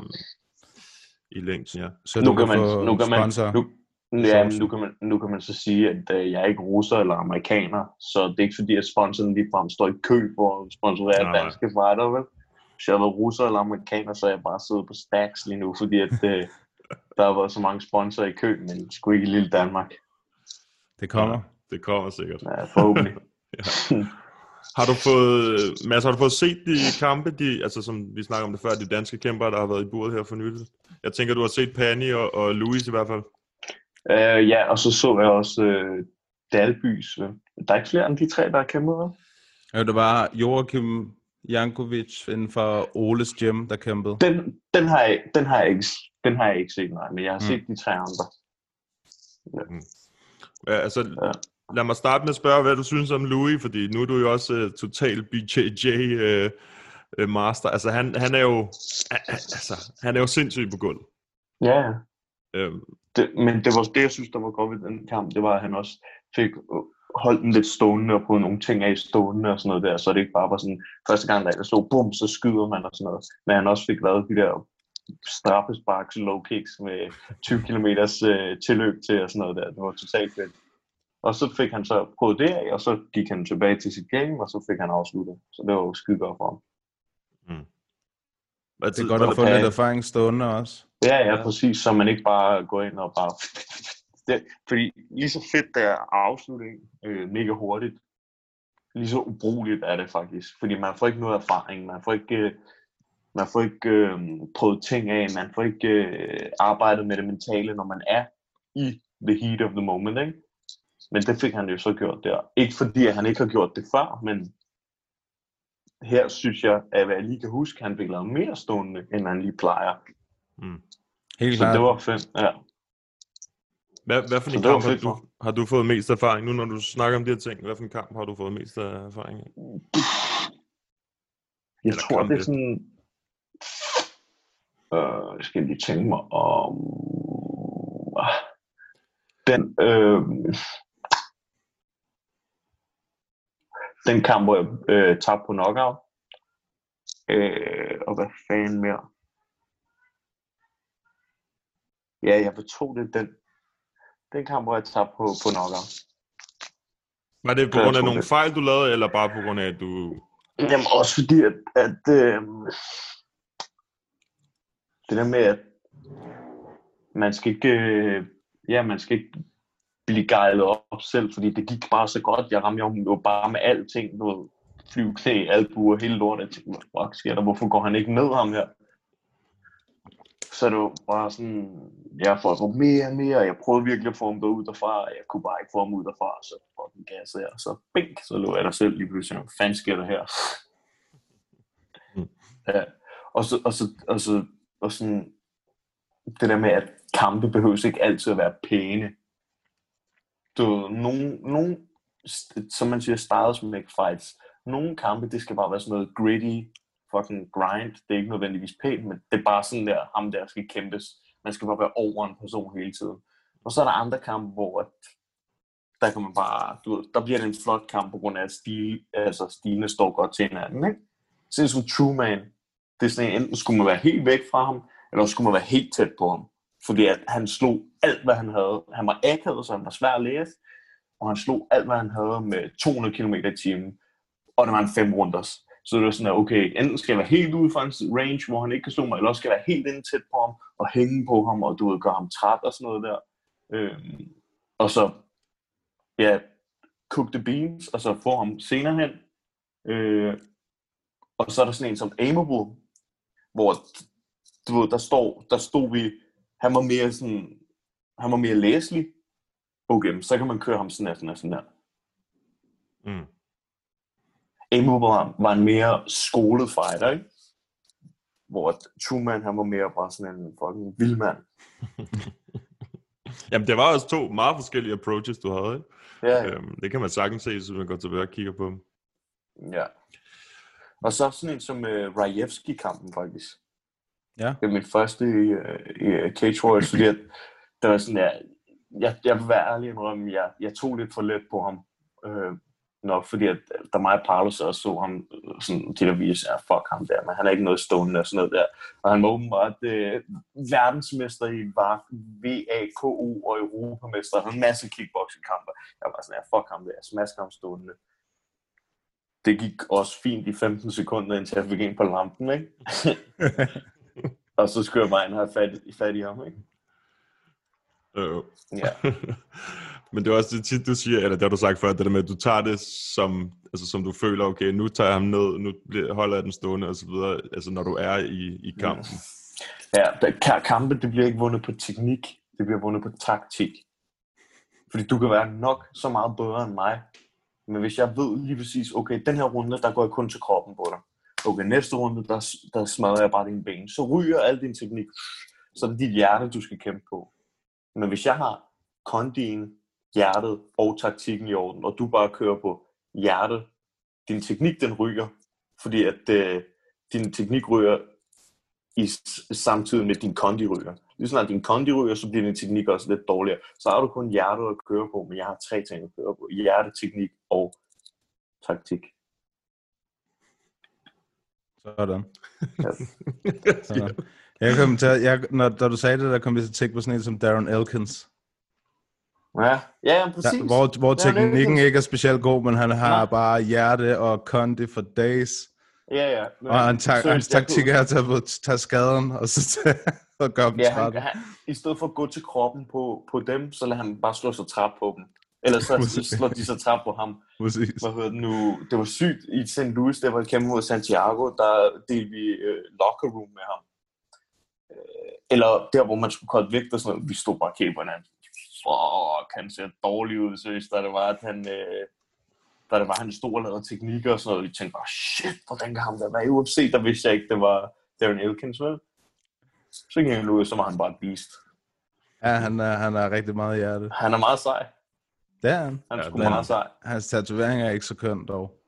Speaker 8: i længden, ja.
Speaker 7: Så
Speaker 10: nu
Speaker 7: du
Speaker 10: kan
Speaker 7: kan
Speaker 10: man,
Speaker 7: få
Speaker 10: nu kan man,
Speaker 7: sponsor?
Speaker 10: nu, ja, nu kan man, nu kan man så sige, at uh, jeg er ikke russer eller amerikaner, så det er ikke fordi, at sponsoren ligefrem står i kø for at sponsorere nej, danske fighter, vel? Hvis jeg havde været russer eller amerikaner, så er jeg bare siddet på stacks lige nu, fordi at, uh, der har været så mange sponsorer i kø, men sgu ikke i lille Danmark.
Speaker 7: Det kommer. Ja,
Speaker 8: det kommer sikkert.
Speaker 10: Ja, forhåbentlig.
Speaker 8: Ja. Har du fået, Mads, har du fået set de kampe, de, altså som vi snakker om det før, de danske kæmpere, der har været i buret her for nylig? Jeg tænker, du har set Pani og, og Louis i hvert fald.
Speaker 10: Uh, ja, og så så jeg også uh, Dalbys. Uh, der er ikke flere end de tre, der har kæmpet, hva'?
Speaker 7: Ja, det var Joachim Jankovic inden for Oles gym, der kæmpede.
Speaker 10: Den, den, har jeg, den, har jeg ikke, den har jeg ikke set, nej, men jeg har mm. set de tre andre.
Speaker 8: Ja. Mm. Ja, altså, ja. Lad mig starte med at spørge, hvad du synes om Louis, fordi nu er du jo også uh, total B J J uh, uh, master. Altså, han, han er jo uh, altså, han er jo sindssyg på gulvet.
Speaker 10: Ja, ja.
Speaker 8: Øhm.
Speaker 10: Det, men det var det, jeg synes, der var godt ved den kamp, det var, at han også fik holdt den lidt stående og prøvet nogle ting af stående og sådan noget der, så det ikke bare var sådan, første gang, der slog, bum, så skyder man og sådan noget. Men han også fik lavet de der straffesparks, low kicks med tyve kilometers øh, tilløb til og sådan noget der. Det var totalt fedt. Og så fik han så prøvet det af, og så gik han tilbage til sit game, og så fik han afsluttet. Så det var jo skide godt for ham.
Speaker 8: Mm.
Speaker 7: Det er godt at få lidt erfaring stående også.
Speaker 10: Ja, ja, præcis, så man ikke bare går ind og bare... det, fordi lige så fedt det er at afslutte øh, mega hurtigt, lige så ubrugeligt er det faktisk. Fordi man får ikke noget erfaring, man får ikke, øh, man får ikke øh, prøvet ting af, man får ikke øh, arbejdet med det mentale, når man er i the heat of the moment, ikke? Men det fik han jo så gjort der. Ikke fordi at han ikke har gjort det før, men her synes jeg, at hvad jeg lige kan huske, han fik lavet mere stående, end han lige plejer.
Speaker 8: Mm.
Speaker 7: Helt
Speaker 10: så
Speaker 7: klart.
Speaker 10: det var fedt, ja.
Speaker 8: Hvad, hvad for en kamp har du, har du fået mest erfaring nu, når du snakker om de her ting? Hvad for en kamp har du fået mest erfaring i?
Speaker 10: Jeg Eller tror, det er sådan... Øh, jeg skal lige tænke mig om... Den... Øh... Den kamp, hvor jeg øh, tabte på knockout. Øh, og hvad fanden mere? Ja, jeg betog det den. Den kamp, hvor jeg tabte på, på knockout.
Speaker 8: Var det på grund af nogle det. fejl, du lavede, eller bare på grund af, at du...
Speaker 10: Jamen også fordi, at, at øh, det der med, at man skal ikke, øh, ja, man skal ikke blive gejlet op selv, fordi det gik bare så godt. Jeg ramte jo bare med alting, noget flyve, knæ, albuer, hele lortet. Jeg tænkte, hvad fuck sker der? Hvorfor går han ikke ned ham her? Så det var bare sådan, jeg får så mere og mere, jeg prøvede virkelig at få ham derud derfra, jeg kunne bare ikke få ham ud derfra, så fucking gas her, så bink, så lå jeg der selv lige pludselig, hvad fanden sker der her? Ja. Og så, og så, og så, og sådan, det der med, at kampe behøves ikke altid at være pæne. Du ved, nogen, nogen, som man siger, styles make fights, nogle kampe, det skal bare være sådan noget gritty, fucking grind. Det er ikke nødvendigvis pænt, men det er bare sådan der, ham der skal kæmpes. Man skal bare være over en person hele tiden. Og så er der andre kampe, hvor at, der kan man bare, du ved, der bliver det en flot kamp på grund af, at stil, altså stilene står godt til hinanden, ikke? Så det er som Truman. Det er sådan, enten skulle man være helt væk fra ham, eller skulle man være helt tæt på ham. Fordi at han slog alt, hvad han havde. Han var akavet, så han var svær at læse. Og han slog alt, hvad han havde med to hundrede kilometer i timen. Og det var en fem runders. Så det var sådan, at okay, enten skal jeg være helt ude for hans range, hvor han ikke kan slå mig, eller også skal jeg være helt inde tæt på ham, og hænge på ham, og du ved, gøre ham træt og sådan noget der. Øhm, og så, ja, cook the beans, og så få ham senere hen. Øh, og så er der sådan en som Aimable, hvor, du ved, der, står, der stod vi, han var mere sådan, han var mere læselig. Okay, så kan man køre ham sådan her, sådan her, sådan her. Mm. Aimable var en mere skolet fighter, ikke? Hvor Truman, han var mere bare sådan en fucking vildmand.
Speaker 8: Jamen, det var også to meget forskellige approaches, du havde, ikke?
Speaker 10: Ja, ja.
Speaker 8: Øhm, det kan man sagtens se, hvis man går tilbage og kigger på dem.
Speaker 10: Ja. Og så sådan en som uh, Rajevski-kampen, faktisk.
Speaker 7: Ja.
Speaker 10: Det var min første i, uh, i Cage Warriors, fordi at, det var sådan, jeg, jeg, jeg vil være ærlig indrømme, jeg, jeg tog lidt for let på ham. Øh, nok fordi, at der mig og Paolo så, så ham sådan, til at vise, ja, fuck ham der, men han er ikke noget stående og sådan noget der. Og han var åbenbart øh, verdensmester i V A K O og europamester. Han havde en masse kickboxing-kamper. Jeg var sådan, ja, fuck ham der, jeg smasker ham stående. Det gik også fint i femten sekunder, indtil jeg fik en på lampen, ikke? Og så skulle jeg bare ind og have fat, fat i ham, ikke?
Speaker 8: Øh.
Speaker 10: Ja.
Speaker 8: Men det er også det tit, du siger, eller det har du sagt før, det der med, at du tager det som, altså som du føler, okay, nu tager jeg ham ned, nu holder jeg den stående, og så videre, altså når du er i, i kampen.
Speaker 10: Ja, der, kampe, det bliver ikke vundet på teknik, det bliver vundet på taktik. Fordi du kan være nok så meget bedre end mig, men hvis jeg ved lige præcis, okay, den her runde, der går jeg kun til kroppen på dig. Okay, næste runde, der, der smadrer jeg bare dine ben. Så ryger al din teknik, så er det dit hjerte, du skal kæmpe på. Men hvis jeg har kondien, hjertet og taktikken i orden, og du bare kører på hjertet, din teknik den ryger, fordi at øh, din teknik ryger i samtidig med din kondi ryger. Lige snart din kondi ryger, så bliver din teknik også lidt dårligere. Så har du kun hjertet at køre på, men jeg har tre ting at køre på. Hjerte, teknik og taktik.
Speaker 7: Sådan. Ja. Sådan. Jeg kom til, jeg, når, når du sagde det, der kom jeg til at tænke på sådan en som Darren Elkins.
Speaker 10: Ja, ja, præcis.
Speaker 7: Ja, hvor hvor teknikken ikke er specielt god, men han har Nej. bare hjerte og kondi for days.
Speaker 10: Ja, ja.
Speaker 7: Men og han ta- hans taktik er at tage, tage skaden, og så og gøre dem
Speaker 10: ja,
Speaker 7: træt.
Speaker 10: Han, han, i stedet for at gå til kroppen på, på dem, så lader han bare slå sig træt på dem. Eller så slår de sig træt på ham.
Speaker 7: Præcis.
Speaker 10: Hvad hedder det nu? Det var sygt i Saint Louis, der var et kæmpe mod Santiago, der delte vi øh, locker room med ham. Øh, eller der, hvor man skulle kolde vægt og sådan noget. Vi stod bare og kiggede på hinanden. Fuck, han ser dårlig ud, seriøst, da det var, at han, øh, da det var, han stod og lavede teknikker og sådan noget, og vi tænkte bare, shit, hvordan kan ham der være i U F C, der vidste jeg ikke, det var Darren Elkins, vel? Så gik han ud, så var han bare et beast.
Speaker 7: Ja, han er, han er rigtig meget hjerte.
Speaker 10: Han er meget sej.
Speaker 7: Det er han.
Speaker 10: Han er
Speaker 7: ja,
Speaker 10: sgu meget sej.
Speaker 7: Hans tatovering er ikke så køn, dog.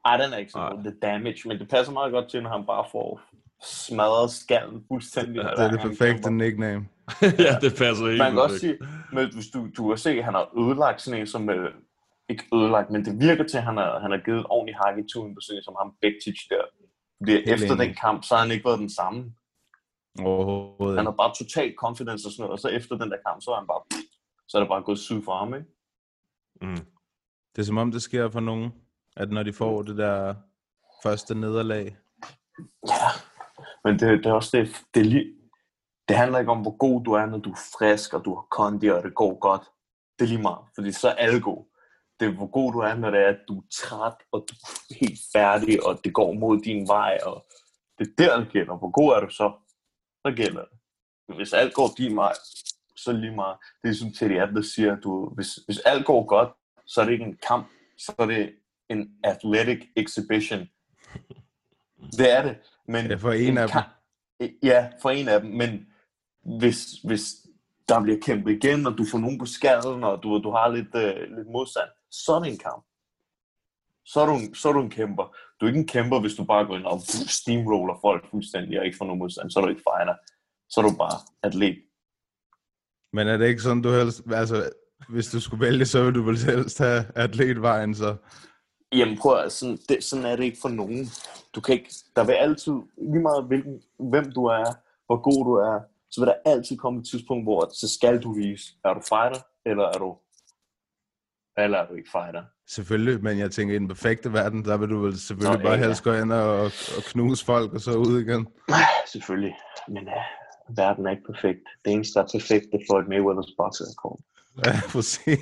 Speaker 10: Ej, den er ikke så god. The Damage, men det passer meget godt til, når han bare får smadret skallen fuldstændig.
Speaker 7: Ja, det er det perfekte nickname.
Speaker 8: Ja, det passer helt.
Speaker 10: Man kan også sige, men hvis du, du kan se, at han har ødelagt sådan en som, øh, ikke ødelagt, men det virker til, at han har, han har givet et ordentligt hak i tuden på sådan en som ham Bektic der. Fordi efter den kamp, så har han ikke været den samme.
Speaker 7: Overhovedet.
Speaker 10: Han har bare totalt confidence og sådan noget, og så efter den der kamp, så er han bare, så er det bare gået syd for ham, ikke?
Speaker 8: Mm.
Speaker 7: Det er som om, det sker for nogen, at når de får det der første nederlag.
Speaker 10: Ja, men det, det er også det, det, er lige, det handler ikke om, hvor god du er, når du er frisk, og du har kondi, og det går godt. Det er lige meget, fordi så er alle gode. Det er, hvor god du er, når det er, at du er træt, og du er helt færdig, og det går mod din vej, og det er der, det gælder. Hvor god er du så? Så gælder det. Men hvis alt går din vej, så er det lige meget. Det er som Teddy Atlas siger, du, hvis, hvis alt går godt, så er det ikke en kamp, så er det en athletic exhibition. Det er det. Men
Speaker 7: ja, for en, en af
Speaker 10: kamp, dem. Ja, for en af dem. Men hvis, hvis der bliver kæmpet igen, og du får nogen på skallen, og du, du har lidt, øh, lidt modstand, så er det en kamp. Så er, du, så er du en kæmper. Du er ikke en kæmper, hvis du bare går ind og steamroller folk fuldstændig, og ikke får nogen modstand. Så er du ikke fighter. Så er du bare atlet.
Speaker 7: Men er det ikke sådan, du helst... Altså, hvis du skulle vælge, så ville du vel helst have atletvejen, så...
Speaker 10: Jamen prøv at, sådan, det, sådan er det ikke for nogen. Du kan ikke, der vil altid, lige meget hvilken, hvem du er, hvor god du er, så vil der altid komme et tidspunkt, hvor så skal du vise, er du fighter, eller er du, eller er du ikke fighter?
Speaker 7: Selvfølgelig, men jeg tænker, i den perfekte verden, der vil du vel selvfølgelig
Speaker 10: Nå,
Speaker 7: bare
Speaker 10: ja,
Speaker 7: helst gå ind og, og knuse folk, og så ud igen.
Speaker 10: Selvfølgelig, men ja, verden er ikke perfekt. Det eneste, der er perfekt, det er Floyd Mayweathers bokserekord.
Speaker 7: Ja, præcis.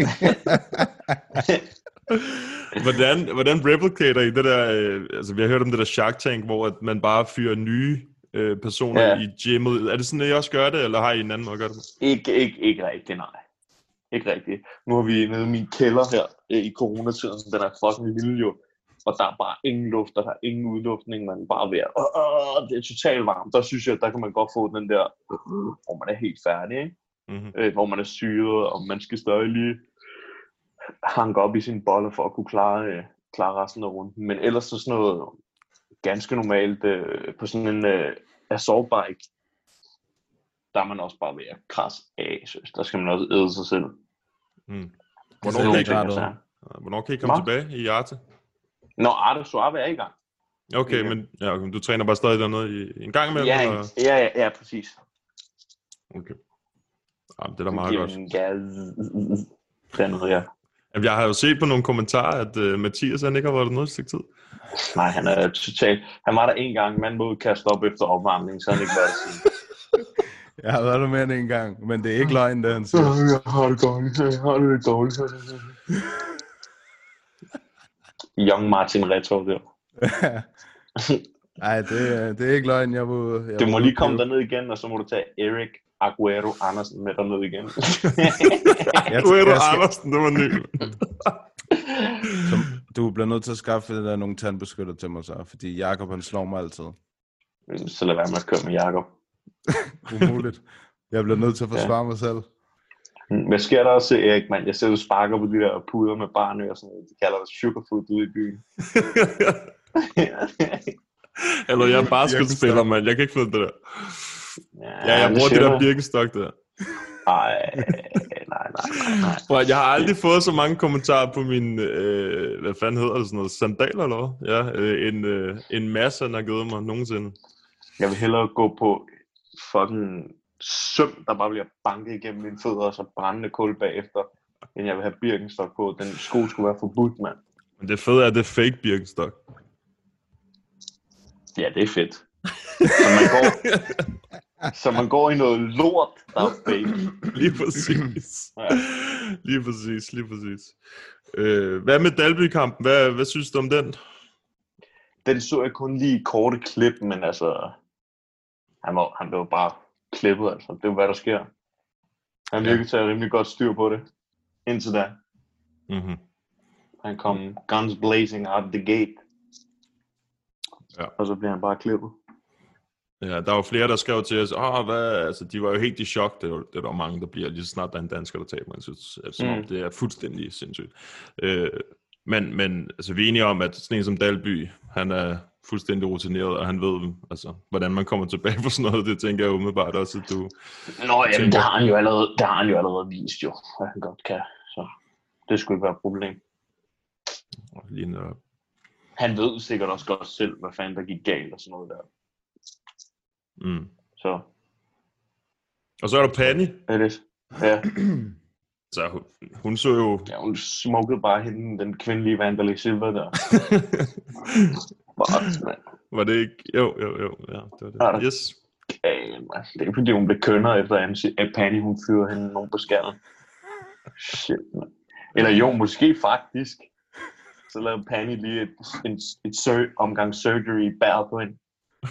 Speaker 8: hvordan, hvordan replicater I det der, øh, altså vi har hørt om det der Shark Tank, hvor at man bare fyrer nye øh, personer ja. i gymmet. Er det sådan, at I også gør det, eller har I en anden måde at gøre det med?
Speaker 10: Ikke, ikke, ikke rigtigt, nej. Ikke rigtigt. Nu har vi nede i min kælder her øh, i coronatiden, den er fucking lille jo, og der er bare ingen luft, der er ingen udluftning, man er bare ved at, åh, åh, det er totalt varmt. Der synes jeg, der kan man godt få den der, øh, hvor man er helt færdig, ikke? Mm-hmm. Øh, hvor man er syret, og man skal stadig lige hanke op i sine boller for at kunne klare, øh, klare resten af runden. Men ellers så sådan noget ganske normalt øh, på sådan en øh, assault bike, der er man også bare ved at krasse af, synes. Der skal man også æde sig selv.
Speaker 8: Mm. Hvornår, kan I, ting, Hvornår kan I komme Hva? tilbage i Arte?
Speaker 10: Nå, Arte Suave er i gang.
Speaker 8: Okay, ja. men ja, okay, du træner bare stadig dernede i en gang imellem?
Speaker 10: Ja,
Speaker 8: eller?
Speaker 10: ja, ja, ja, præcis.
Speaker 8: Okay. Ja, det er da meget godt.
Speaker 10: Dernede, ja.
Speaker 8: Jamen, jeg har jo set på nogle kommentarer, at uh, Mathias han ikke har været der noget stykke tid.
Speaker 10: Nej, han er totalt... Han var der en gang, man må kaste op efter opvarmning, så han ikke været siden.
Speaker 7: Jeg har været der mere end en gang, men det er ikke løgn, det han siger.
Speaker 10: Jeg har det dårligt, jeg har det dårligt. Young Martin Retro der.
Speaker 7: Nej, det, det er ikke løgn, jeg må... Jeg
Speaker 10: du må
Speaker 7: må
Speaker 10: lige komme derned igen, og så må du tage Erik Aguero Andersen med derned igen.
Speaker 8: Aguero Andersen, det var ny.
Speaker 7: Du bliver nødt til at skaffe der nogle tandbeskytter til mig så, fordi Jakob han slår mig altid.
Speaker 10: Så lad være med at køre med Jakob.
Speaker 7: Umuligt. Jeg bliver nødt til at forsvare ja. mig selv.
Speaker 10: Hvad sker der også, Erik, mand? Jeg ser, du sparker på de der puder med barnø og sådan noget. De kalder det sugarfood ude i byen.
Speaker 8: Eller jeg er basketspiller, mand. Jeg kan ikke finde det der. Ja, ja jeg bruger det der Birkenstock der.
Speaker 10: Nej, nej, nej, nej.
Speaker 8: Bro, jeg har aldrig fået så mange kommentarer på min, øh, hvad fanden hedder det, sådan noget, sandaler eller hvad? Ja, øh, en, øh, en masse, han har givet mig nogensinde.
Speaker 10: Jeg vil hellere gå på fucking søm, der bare bliver banket igennem mine fødder, og så brændende kul bagefter, end jeg vil have Birkenstock på. Den sko skulle være forbudt, mand.
Speaker 8: Men det fede er, at det er fake Birkenstock.
Speaker 10: Ja, det er fedt. Så man går, så man går i noget lort, der er fake.
Speaker 8: Lige præcis. Ja. Lige præcis, lige præcis. Øh, hvad med Dalby-kampen? Hvad, hvad synes du om den?
Speaker 10: Den så jeg kun lige korte klip, men altså, han, var, han blev bare klippet, altså. Det er jo, hvad der sker. Han virkede til at have rimelig godt styr på det, indtil da.
Speaker 8: Mm-hmm.
Speaker 10: Han kom guns blazing out the gate.
Speaker 8: Ja. Og
Speaker 10: så bliver han bare klippet.
Speaker 8: Ja, der var flere, der skrev til os, åh, hvad, altså, de var jo helt i chok, det var, det var mange, der bliver lige så snart, der er en dansker, der taber, jeg synes, at, som mm. om det er fuldstændig sindssygt. Øh, Men, men altså, vi er enige om, at sådan en som Dalby, han er fuldstændig rutineret, og han ved, altså, hvordan man kommer tilbage på sådan noget. Det tænker jeg umiddelbart også, at du...
Speaker 10: Nå, jamen, det har han jo allerede, det har han jo allerede vist, jo, hvad han godt kan. Så det skulle ikke være et problem.
Speaker 8: Lige netop.
Speaker 10: Han ved sikkert også godt selv, hvad fanden der gik galt og sådan noget der.
Speaker 8: Mm.
Speaker 10: Så.
Speaker 8: Og så er der Penny.
Speaker 10: Er det? Ja.
Speaker 8: Så hun, hun så jo...
Speaker 10: Ja, hun smukkede bare hende, den kvindelige Wanderlei Silva der. Bare,
Speaker 8: var det ikke? Jo, jo, jo. Ja, det var det.
Speaker 10: det?
Speaker 8: Yes.
Speaker 10: Ja, man. Det er ikke fordi, hun blev kønnere efter at Penny, hun fyrer hende nogen på skallen. Shit, man. Eller jo, måske faktisk. Så lavede Penny lige et, et, et sur- omgang surgery bær på hende.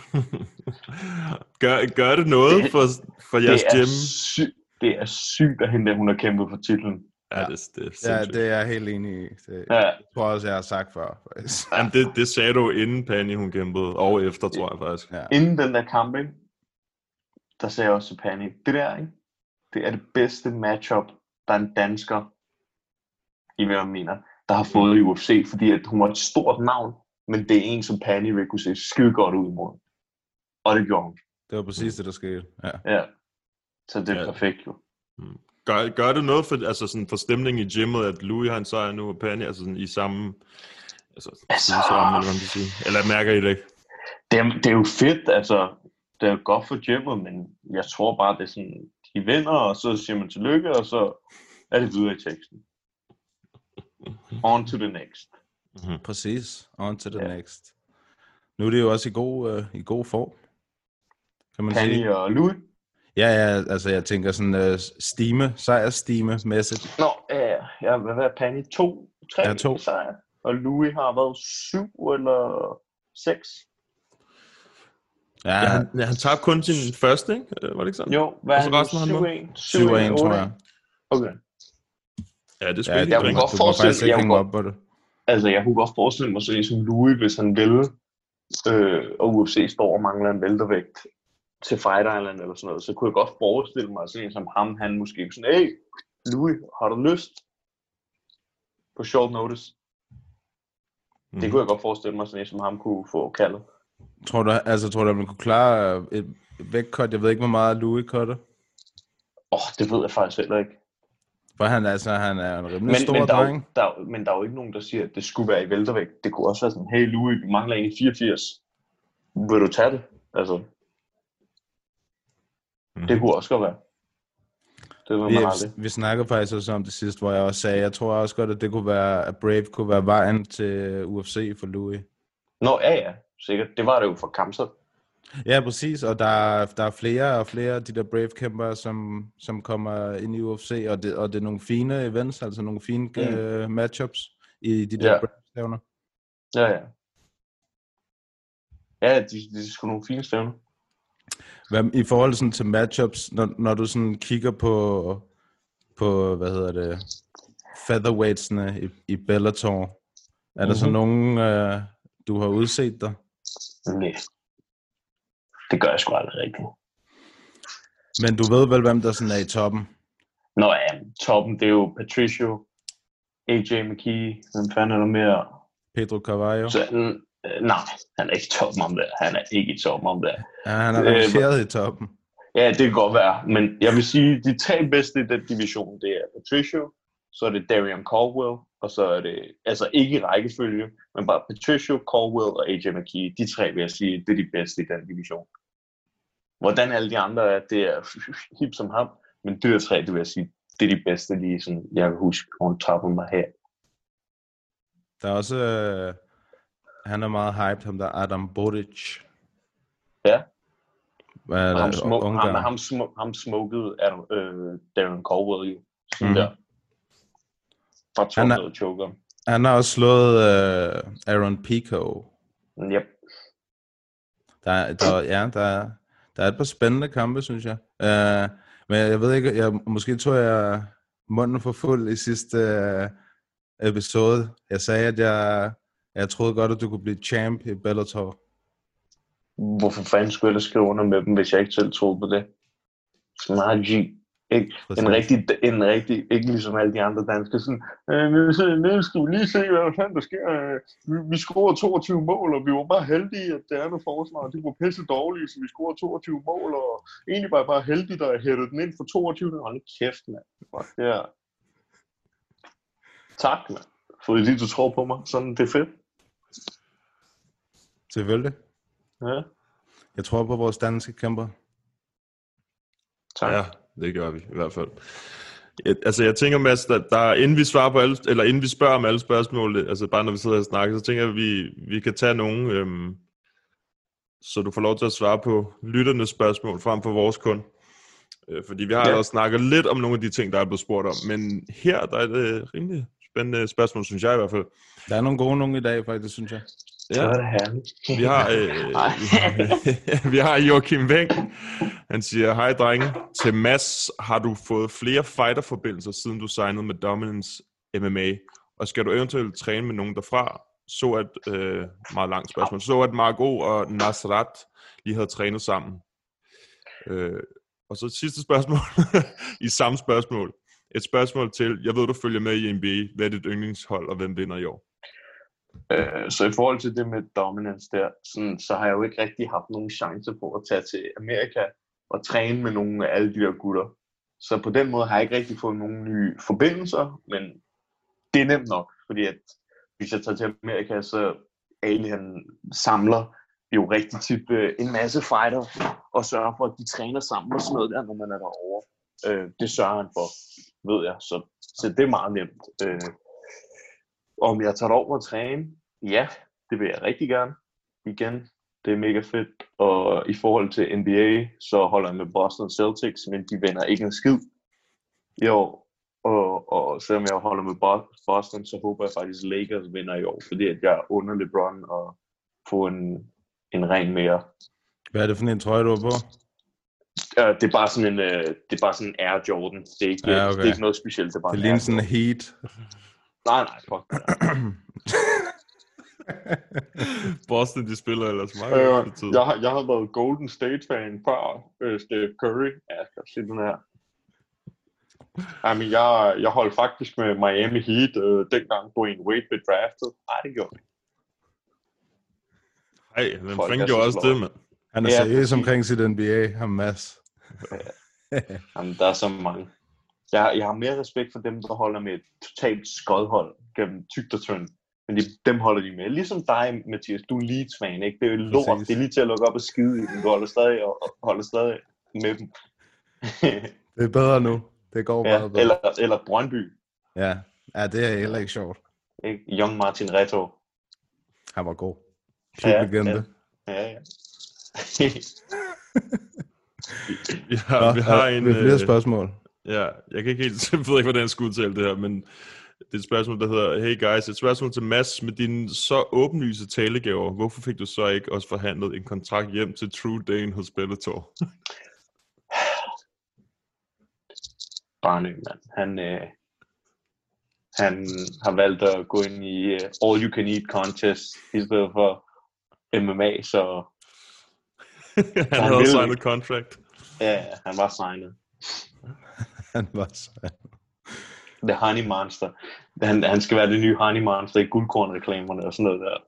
Speaker 8: gør, gør det noget det, for, for jeres
Speaker 10: det er
Speaker 8: gym?
Speaker 10: Sy- det er sygt af hende, der hun har kæmpet for titlen.
Speaker 8: Ja, det, det, er
Speaker 7: ja, det er jeg helt enig i. Det,
Speaker 10: ja.
Speaker 7: Jeg tror også, jeg har sagt før.
Speaker 8: Jamen, det, det sagde du inden Penny, hun kæmpede, og efter, tror jeg faktisk.
Speaker 10: Ja. Inden den der kamp, ikke? Der sagde jeg også til Penny, det der, ikke? Det er det bedste matchup, der er en dansker, i hvad jeg mener, der har fået i U F C, fordi at hun var et stort navn, men det er en, som Penny vil kunne se skide godt ud imod. Og det gjorde hun.
Speaker 7: Det var præcis det, der skete. Ja.
Speaker 10: Ja. Så det er ja. Perfekt jo.
Speaker 8: Mm. Gør, gør det noget for, altså sådan for stemningen i gymmet, at Louis har en sejr nu, og Penny, altså sådan i samme... Altså,
Speaker 10: altså
Speaker 8: sammen, eller, hvad sige. Eller mærker I det ikke?
Speaker 10: Det er, det er jo fedt, altså... Det er jo godt for gymmet, men jeg tror bare, det er sådan... De vinder, og så siger man tillykke, og så er det videre i teksten. On to the next.
Speaker 7: Mm-hmm. Præcis. On to the yeah. next. Nu er det jo også i god, uh, i god form. Kan man
Speaker 10: Penny
Speaker 7: sige.
Speaker 10: og Louis?
Speaker 7: Ja, ja, altså jeg tænker sådan uh, stime, sejrstime-mæssigt.
Speaker 10: Nå, ja, ja, hvad er Penny? To, tre
Speaker 7: ja, to.
Speaker 10: sejre. Og Louis har været syv eller seks.
Speaker 8: Ja, ja, han, ja, han tabte kun sin første, ikke? Var det ikke sådan?
Speaker 10: Jo, hvad er han? syv en?
Speaker 7: syv en, tror jeg.
Speaker 10: Okay.
Speaker 8: Ja, det er sgu
Speaker 10: ja,
Speaker 8: ikke
Speaker 10: jeg kunne godt forestille
Speaker 7: jeg
Speaker 10: mig,
Speaker 7: på det.
Speaker 10: Altså, jeg kunne godt forestille mig sådan en som Louis, hvis han ville, øh, og U F C står og mangler en væltervægt til Fight Island eller sådan noget, så kunne jeg godt forestille mig sådan en som ham, han måske sådan, hey, Louis, har du lyst? På short notice. Mm. Det kunne jeg godt forestille mig, sådan en som ham kunne få kaldet.
Speaker 7: Tror du, altså, tror du, at man kunne klare et vægtcut? Jeg ved ikke, hvor meget Louis cutter.
Speaker 10: Åh, oh, det ved jeg faktisk heller ikke.
Speaker 7: For han, altså, han er en rimelig
Speaker 10: men,
Speaker 7: stor
Speaker 10: men der
Speaker 7: dreng.
Speaker 10: Jo, der, men der er jo ikke nogen, der siger, at det skulle være i væltervægt. Det kunne også være sådan, hey Louis, vi mangler en i fireogfirs. Vil du tage det? Altså, mm. det kunne også godt være. Det var
Speaker 7: vi,
Speaker 10: man aldrig.
Speaker 7: Vi snakkede faktisk også om det sidste, hvor jeg også sagde, jeg tror også godt, at det kunne være, at Brave kunne være vejen til U F C for Louis.
Speaker 10: Nå, ja, ja, sikkert. Det var det jo for Kamsat.
Speaker 7: Ja, præcis, og der, der er flere og flere af de der Brave-kæmpere, som, som kommer ind i U F C, og det, og det er nogle fine events, altså nogle fine mm. uh, matchups i de der
Speaker 10: ja.
Speaker 7: Brave-stævner.
Speaker 10: Ja, ja. Ja, de, de er sgu nogle fine stævner.
Speaker 7: Hvad, i forhold sådan, til matchups, når, når du sådan kigger på, på hvad hedder det, featherweightsene i, i Bellator, er mm-hmm. der så nogen, uh, du har udset dig?
Speaker 10: Nej. Det gør jeg sgu aldrig rigtigt.
Speaker 7: Men du ved vel, hvem der sådan er i toppen?
Speaker 10: Nå ja, toppen, det er jo Patricio, A J McKee, hvem fanden er der mere?
Speaker 7: Pedro Carvalho?
Speaker 10: Så, øh, nej, han er ikke i toppen om det. Han er ikke i toppen om det.
Speaker 7: Ja, han er rangeret øh, i toppen.
Speaker 10: Ja, det kan godt være. Men jeg vil sige, de tre bedste i den division, det er Patricio, så er det Darian Caldwell, og så er det, altså ikke i rækkefølge, men bare Patricio, Caldwell og A J McKee. De tre vil jeg sige, det er de bedste i den division. Hvordan alle de andre er, det er hip som ham, men de tre, det vil jeg sige, det er de bedste lige sådan, jeg kan huske, on top of my head.
Speaker 7: Der er også, øh, han er meget hyped, ham der Adam Boric.
Speaker 10: Ja.
Speaker 7: Hvad er
Speaker 10: ham,
Speaker 7: det?
Speaker 10: Sm- ham, ham, sm- ham smokede Adam, øh, Darren Caldwell jo. Sådan mm. der. Fra
Speaker 7: han, er,
Speaker 10: choker.
Speaker 7: han har også slået øh, Aaron Pico.
Speaker 10: Yep.
Speaker 7: Der, der, ja, der, der er et par spændende kampe, synes jeg. Uh, men jeg ved ikke, jeg, måske tog jeg munden for fuld i sidste uh, episode. Jeg sagde, at jeg, jeg troede godt, at du kunne blive champ i Bellator.
Speaker 10: Hvorfor fanden skulle jeg skrive under med dem, hvis jeg ikke selv troede på det? Smart G. Ikke? En rigtig, en rigtig, ikke ligesom alle de andre danskere, sådan, øh, nu skal vi lige se, hvad fanden der sker. Vi, vi scorer toogtyve mål, og vi var bare heldige, at det andet forsvar, de var pisse dårlige, så vi scorer toogtyve mål, og egentlig bare bare heldige, der hættede den ind for toogtyve. Hold kæft, mand. Fuck, ja. Tak, mand. Fordi du tror på mig. Sådan, det er fedt.
Speaker 7: Selvfølgelig.
Speaker 10: Ja.
Speaker 7: Jeg tror på vores danske kæmper.
Speaker 10: Tak.
Speaker 8: Ja, det gør vi i hvert fald. Jeg, altså jeg tænker, Mads, der, der inden vi svarer på alle, eller inden vi spørger om alle spørgsmål, altså bare når vi sidder og snakker, så tænker jeg, at vi, vi kan tage nogen, øhm, så du får lov til at svare på lytternes spørgsmål frem for vores kun. Øh, fordi vi har ja. også snakket lidt om nogle af de ting, der er blevet spurgt om, men her der er det rimelig spændende spørgsmål, synes jeg i hvert fald.
Speaker 7: Der er nogle gode nogen i dag, faktisk, synes jeg.
Speaker 10: Ja, det er herligt.
Speaker 8: Vi har, øh, vi har Joachim Wenck. Han siger, hej drenge. Til Mads, har du fået flere fighterforbindelser, siden du signede med Dominance M M A? Og skal du eventuelt træne med nogen derfra? Så at, øh, meget langt spørgsmål, så at Margot og Nasrat lige havde trænet sammen. Øh, og så sidste spørgsmål, i samme spørgsmål. Et spørgsmål til, jeg ved, du følger med i N B A. Hvad er dit yndlingshold, og hvem vinder i år?
Speaker 10: Øh, så i forhold til det med Dominance der, sådan, så har jeg jo ikke rigtig haft nogen chance på at tage til Amerika og træne med nogle af alle de der gutter. Så på den måde har jeg ikke rigtig fået nogle nye forbindelser, men det er nemt nok, fordi at hvis jeg tager til Amerika, så Ali han samler jo rigtig tit øh, en masse fighter og sørger for, at de træner sammen og sådan noget der, når man er derovre. Øh, det sørger han for, ved jeg, så, så det er meget nemt. Øh, Om jeg tager over og træne? Ja, det vil jeg rigtig gerne. Igen, det er mega fedt. Og i forhold til N B A, så holder jeg med Boston Celtics, men de vinder ikke en skid i år. Og, og selvom jeg holder med Boston, så håber jeg faktisk, at Lakers vinder i år, fordi at jeg er under LeBron og får en, en ring mere.
Speaker 7: Hvad er det for en trøje, du er på?
Speaker 10: Uh, det er bare sådan en, uh, det er bare sådan en Air Jordan. Det er ikke,
Speaker 7: ja, okay.
Speaker 10: det er ikke noget specielt. Det er bare
Speaker 7: det ligner sådan en Heat.
Speaker 10: Nej, nej, fuck.
Speaker 8: Boston, de spiller ellers meget.
Speaker 10: Øh, jeg, har, jeg har været Golden State-fan før øh, Steph Curry. Ja, jeg kan se den her. Jamen, jeg, jeg holdt faktisk med Miami Heat, øh, dengang Dwayne Wade blev draftet. Nej, det gjorde jeg.
Speaker 8: Ej, hvem fanden gjorde også det, mand?
Speaker 7: Han er
Speaker 10: ja,
Speaker 7: seriøs omkring sit N B A, ham Mads.
Speaker 10: Ja. Jamen, der er så mange. Jeg, jeg har mere respekt for dem, der holder med et totalt skodhold gennem tygt og tynd. Men de, dem holder de med. Ligesom dig, Mathias, du er en Leeds-fan, ikke? Det er jo lort. Præcis. Det er lige til at lukke op og skide i dem. Du holder stadig, og holder stadig med dem.
Speaker 7: Det er bedre nu. Det går
Speaker 10: ja,
Speaker 7: meget bedre.
Speaker 10: Eller, eller Brøndby.
Speaker 7: Ja. Ja, det er heller ikke sjovt.
Speaker 10: Ikke? Young Martin Retto.
Speaker 7: Han var god.
Speaker 10: Ja,
Speaker 7: legende.
Speaker 10: Ja, ja. ja.
Speaker 8: vi har, vi har
Speaker 7: ja,
Speaker 8: en...
Speaker 7: Vi har flere spørgsmål.
Speaker 8: Ja, jeg kan ikke helt, jeg ved ikke, hvordan jeg skal udtale det her, men det er et spørgsmål, der hedder, hey guys, et spørgsmål til Mads, med dine så åbenlyse talegaver, hvorfor fik du så ikke også forhandlet en kontrakt hjem til True Dane hos Bellator?
Speaker 10: Barnø, mand. Han, øh, han har valgt at gå ind i uh, All You Can Eat contest, i stedet for M M A, så...
Speaker 8: han, han havde signet contract.
Speaker 10: Ja, han var signet.
Speaker 7: Han var signet.
Speaker 10: The Honey Monster. Han, han skal være det nye Honey Monster i guldkornreklamerne og sådan noget der.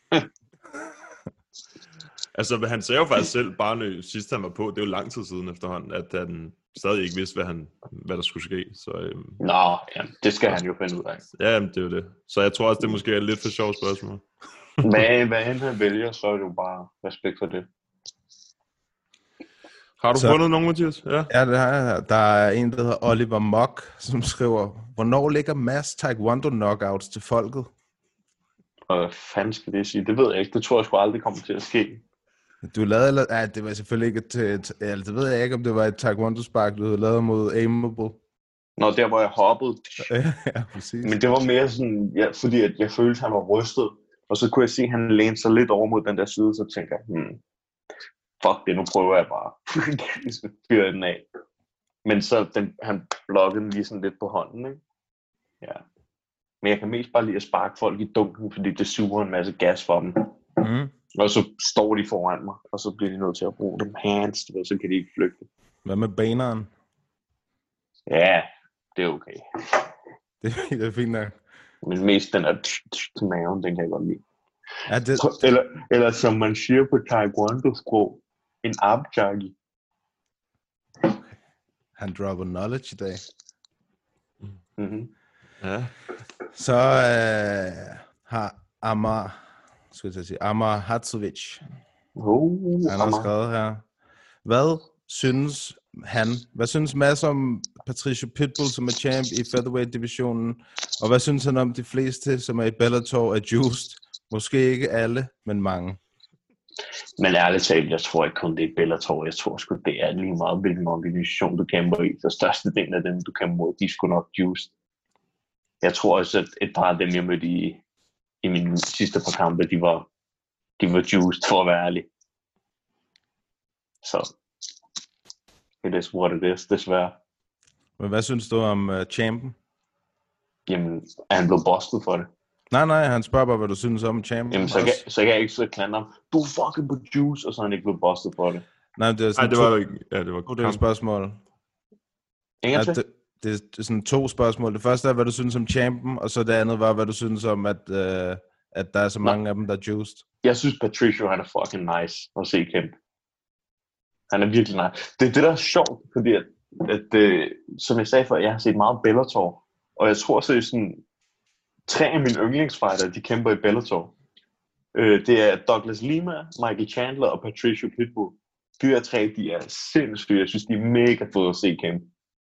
Speaker 8: Altså, han sagde jo faktisk selv, Barnø, sidst han var på, det er jo lang tid siden efterhånden, at han stadig ikke vidste, hvad, han, hvad der skulle ske. Så, øhm,
Speaker 10: Nå, ja, det skal han jo finde ud af.
Speaker 8: Ja, det er jo det. Så jeg tror også, det måske er et lidt for sjovt spørgsmål.
Speaker 10: Men hvad end han vælger, så er det jo bare respekt for det.
Speaker 8: Har du
Speaker 7: så,
Speaker 8: fundet nogen, Mathias? Ja,
Speaker 7: ja det har jeg. Der er en, der hedder Oliver Mock, som skriver, hvornår ligger Mads Taekwondo-knockouts til folket?
Speaker 10: Og hvad fanden skal det sige? Det ved jeg ikke. Det tror jeg sgu aldrig kommer til at ske.
Speaker 7: Du lavede, eller, ja, det var selvfølgelig ikke et, et, eller det ved jeg ikke, om det var et Taekwondo-spark, du havde lavet mod Aimable.
Speaker 10: Nå, der hvor jeg hoppede.
Speaker 7: Ja, ja, præcis.
Speaker 10: Men det var mere sådan, ja, fordi at jeg følte, at han var rystet. Og så kunne jeg se, at han lænede sig lidt over mod den der side, så tænkte jeg, hmm, fuck det, nu prøver jeg bare. Så fyrer den af. Men så, den, han blokkede den lige sådan lidt på hånden, ikke? Ja. Men jeg kan mest bare lide at sparke folk i dunken, fordi det suger en masse gas for dem.
Speaker 7: Mm.
Speaker 10: Og så står de foran mig, og så bliver de nødt til at bruge dem hands, og så kan de ikke flygte.
Speaker 7: Hvad med baneren?
Speaker 10: Ja, det er okay.
Speaker 7: Det, det er fint nok.
Speaker 10: Men mest den der til maven, den kan jeg godt lide.
Speaker 7: Ja, det...
Speaker 10: Eller, eller som man siger på taekwondo-sprog, en abjagi.
Speaker 7: Han dropper knowledge i dag.
Speaker 10: Mm-hmm.
Speaker 8: Ja.
Speaker 7: Så øh, har Amar, skal jeg sige, Amar Hatzovic.
Speaker 10: Oh,
Speaker 7: han har skrevet her. Hvad synes han, hvad synes Mads om Patricio Pitbull, som er champ i featherweight-divisionen? Og hvad synes han om de fleste, som er i Bellator, er juiced? Måske ikke alle, men mange.
Speaker 10: Men ærligt talt, jeg tror ikke kun det er Bellator. Jeg tror sgu, det er lige meget, hvilken organisation du kæmper i. Så størstedelen af dem, du kæmper mod, de er sgu nok juiced. Jeg tror også, at et par af dem, jeg mødte i, i mine sidste par kampe, de var, de var juiced, for at være ærlig. Så it is what it is, desværre.
Speaker 7: Men hvad synes du om uh, champen?
Speaker 10: Jamen, er han blevet bustet for det?
Speaker 7: Nej, nej, han spørger bare, hvad du synes om champen.
Speaker 10: Jamen, så kan, så kan jeg ikke så klandre ham. Du er fucking på juice, og så er han ikke blevet bustet for det.
Speaker 7: Nej, det er sådan
Speaker 8: Ej, det
Speaker 7: to,
Speaker 8: var ikke... Ja, det var
Speaker 7: to dele spørgsmål.
Speaker 10: Ingen
Speaker 7: ja, det, det er sådan to spørgsmål. Det første er, hvad du synes om champen, og så det andet var, hvad du synes om, at, uh, at der er så mange Nej. af dem, der er juiced.
Speaker 10: Jeg synes, Patricio, han er fucking nice at se kæmpe. Han er virkelig nice. Det er det, der er sjovt, fordi at, at uh, som jeg sagde før, jeg har set meget Bellator, og jeg tror så sådan, tre af mine yndlingsfighter, de kæmper i Bellator. Uh, det er Douglas Lima, Michael Chandler og Patricio Pitbull. De her tre, de er sindssyge. Jeg synes, de er mega fede at se kæmpe.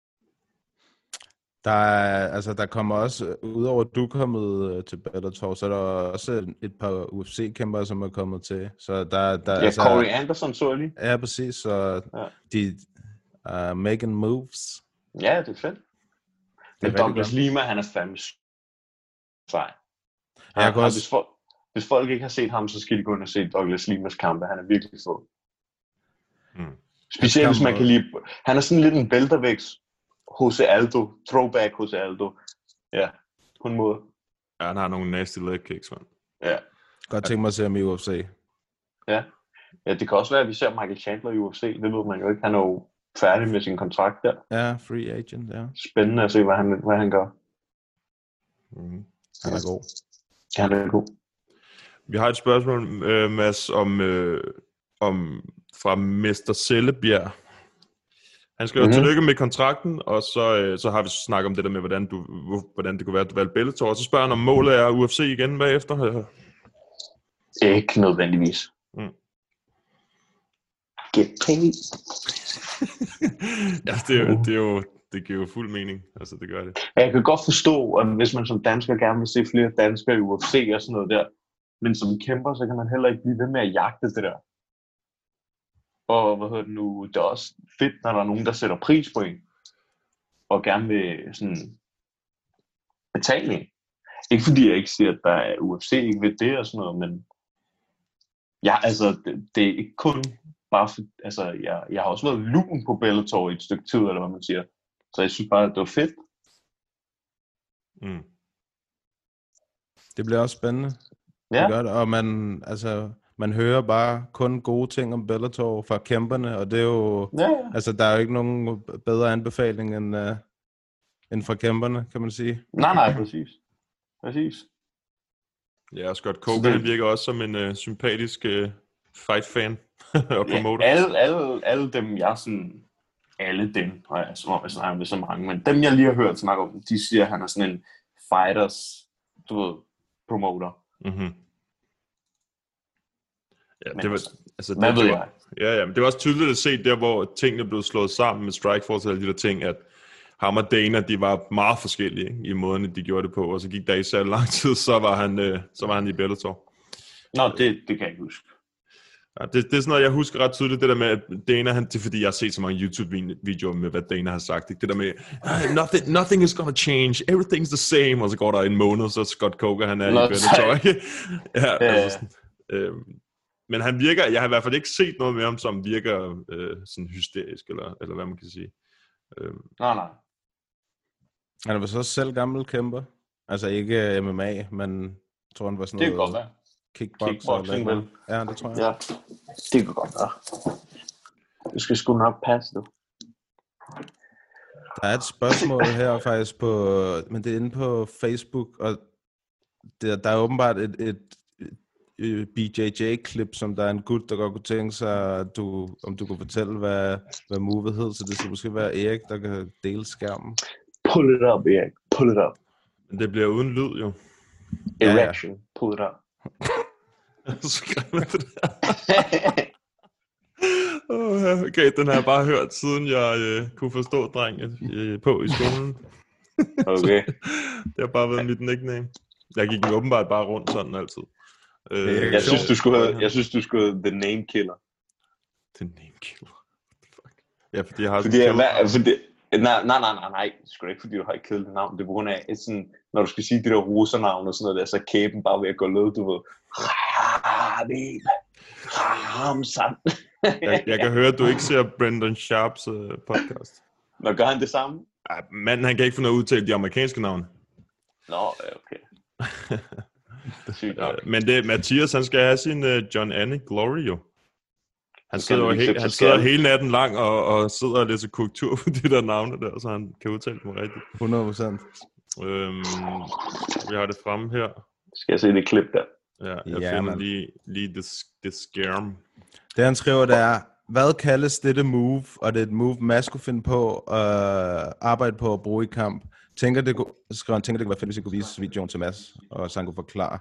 Speaker 7: Der er, altså, der kommer også, udover at du er kommet til Bellator, så er der også et par U F C-kæmpere, som er kommet til. Så der, der,
Speaker 10: ja,
Speaker 7: altså,
Speaker 10: Corey Anderson så jeg lige.
Speaker 7: Ja, præcis. Så ja. De er uh, making moves.
Speaker 10: Ja, det er fedt. Men Douglas godt. Lima, han er fandme sej. Han, han, også... hvis, folk, hvis folk ikke har set ham, så skal de gå ind og se Douglas Limas kampe. Han er virkelig fed.
Speaker 8: Mm.
Speaker 10: Specielt hvis man kan lide... Han er sådan lidt en bæltervækst. Jose Aldo, throwback Jose Aldo. Ja, på en måde.
Speaker 8: Ja, han har nogle nasty leg kicks, man.
Speaker 10: Ja.
Speaker 7: Godt tænke mig at se ham i U F C.
Speaker 10: Ja. Ja, det kan også være, at vi ser Michael Chandler i U F C. Det ved man jo ikke. Han er jo færdig med sin kontrakt der.
Speaker 7: Ja, free agent, ja.
Speaker 10: Spændende at se, hvad han, hvad han gør.
Speaker 7: Mm. Han er god.
Speaker 10: Han er god.
Speaker 8: Vi har et spørgsmål, øh, Mads, om, øh, om fra Mester Cellebjerg. Han skal jo mm-hmm. tillykke med kontrakten, og så, øh, så har vi snakket om det der med, hvordan, du, hvordan det kunne være, at du valgte Bellator. Og så spørger han, om målet er U F C igen bagefter?
Speaker 10: Ikke nødvendigvis. Mm. Get paid.
Speaker 8: Ja, det, er jo, det, er jo, det giver jo fuld mening. Altså, det gør det.
Speaker 10: Jeg kan godt forstå, at hvis man som dansker gerne vil se flere danskere i U F C og sådan noget der, men som kæmper, så kan man heller ikke blive ved med at jagte det der. Og hvad hedder det nu, det er også fedt, når der er nogen, der sætter pris på en, og gerne vil sådan betale en. Ikke fordi jeg ikke siger, at der er U F C ikke ved det og sådan noget, men ja, altså, det, det er ikke kun bare for, altså, jeg, jeg har også været lun på Bellator i et stykke tid, eller hvad man siger. Så jeg synes bare, at det var fedt.
Speaker 8: Mm.
Speaker 7: Det bliver også spændende.
Speaker 10: Ja.
Speaker 7: Det gør det, og man, altså... Man hører bare kun gode ting om Bellator fra kæmperne, og det er jo,
Speaker 10: ja, ja.
Speaker 7: altså der er jo ikke nogen bedre anbefaling end, uh, end fra kæmperne, kan man sige.
Speaker 10: Nej, nej, præcis. Præcis.
Speaker 8: Ja, Scott Coker virker også som en uh, sympatisk uh, fight-fan og promoter.
Speaker 10: Ja, alle, alle, alle dem, jeg sådan, alle dem, og jeg, som om jeg snakker med så mange, men dem, jeg lige har hørt snakke om, de siger, at han er sådan en fighters, du ved, promoter.
Speaker 8: Mhm. Ja,
Speaker 10: men
Speaker 8: det var,
Speaker 10: altså,
Speaker 8: altså,
Speaker 10: hvad
Speaker 8: det,
Speaker 10: ved
Speaker 8: det
Speaker 10: jeg?
Speaker 8: var, ja, ja, men det var også tydeligt at se der, hvor tingene blev slået sammen med Strikeforce og alle de der ting, at ham og Dana, de var meget forskellige, ikke, i måden, de gjorde det på, og så gik der ikke så lang tid, så var han, øh, så var han i Bellator.
Speaker 10: Nå, det, det kan jeg ikke huske.
Speaker 8: Ja, det, det er sådan noget, jeg husker ret tydeligt, det der med, at Dana, han, det er fordi, jeg har set så mange YouTube-videoer med, hvad Dana har sagt, ikke? Det der med, nothing, nothing is gonna change, everything's the same, og så går der en måned, så Scott Coker, han er Nå, i Bellator, ikke? Ja, ja, altså sådan, øh, men han virker, jeg har i hvert fald ikke set noget med ham, som virker øh, sådan hysterisk, eller, eller hvad man kan sige. Øh.
Speaker 10: Nej, nej.
Speaker 7: Han var så også selv gammel kæmper. Altså ikke M M A, men jeg tror han var sådan
Speaker 10: det
Speaker 7: noget...
Speaker 10: Det kan godt være.
Speaker 7: Kickbox
Speaker 10: Kickboxing, vel?
Speaker 7: Ja, det tror jeg.
Speaker 10: Ja, det kan godt være. Det skal sgu nok passe, du.
Speaker 7: Der er et spørgsmål her faktisk på, men det er inde på Facebook, og der, der er åbenbart et, et, et B J J-klip, som der er en gut, der godt kunne tænke sig, at du, om du kunne fortælle, hvad, hvad movet hed, så det skal måske være Erik, der kan dele skærmen.
Speaker 10: Pull it up, Erik. Pull it up.
Speaker 8: Men det bliver uden lyd, jo.
Speaker 10: Erection. Ja, ja. Pull it up.
Speaker 8: Så græmmer det der. Okay, den har jeg bare hørt, siden jeg øh, kunne forstå drengen øh, på i skolen.
Speaker 10: Okay.
Speaker 8: Det har bare været mit nickname. Jeg gik jo åbenbart bare rundt sådan altid.
Speaker 10: Øh, jeg, synes, du skulle have, jeg synes, du skulle have The Name Killer.
Speaker 8: The Name Killer? Fuck. Ja, fordi jeg har
Speaker 10: fordi jeg, hvad, fordi, nej, nej, nej, nej, nej. Det er sgu ikke, fordi du har et kedeligt navn. Det er på grund af, sådan, når du skal sige de der rusernavn og sådan noget der, så er kæben bare ved at gå lød, du ved. Ramil. Ramsand.
Speaker 8: jeg, jeg kan høre, at du ikke ser Brendan Sharps uh, podcast.
Speaker 10: Nå, gør han det samme?
Speaker 8: Ja, manden, han kan ikke få noget udtalt de amerikanske navne.
Speaker 10: Nå, okay. Sygt nok.
Speaker 8: Men det, Mathias, han skal have sin uh, John Anne Glory, jo. Han sidder, jo he- han sidder hele natten lang og, og sidder og læser korrektur på de der navne der, så han kan udtale dem rigtigt.
Speaker 7: hundrede procent.
Speaker 8: Øhm, vi har det fremme her.
Speaker 10: Skal jeg se det klip der?
Speaker 8: Ja, jeg
Speaker 7: ja,
Speaker 8: finder
Speaker 7: man.
Speaker 8: lige, lige det, det skærm.
Speaker 7: Det han skriver, det er, hvad kaldes dette move, og det er et move, Mads kunne finde på at arbejde på at bruge i kamp. Tænker det, skriver han, tænker det kunne være fedt, hvis jeg kunne vise videoen til Mads, og så han kunne forklare.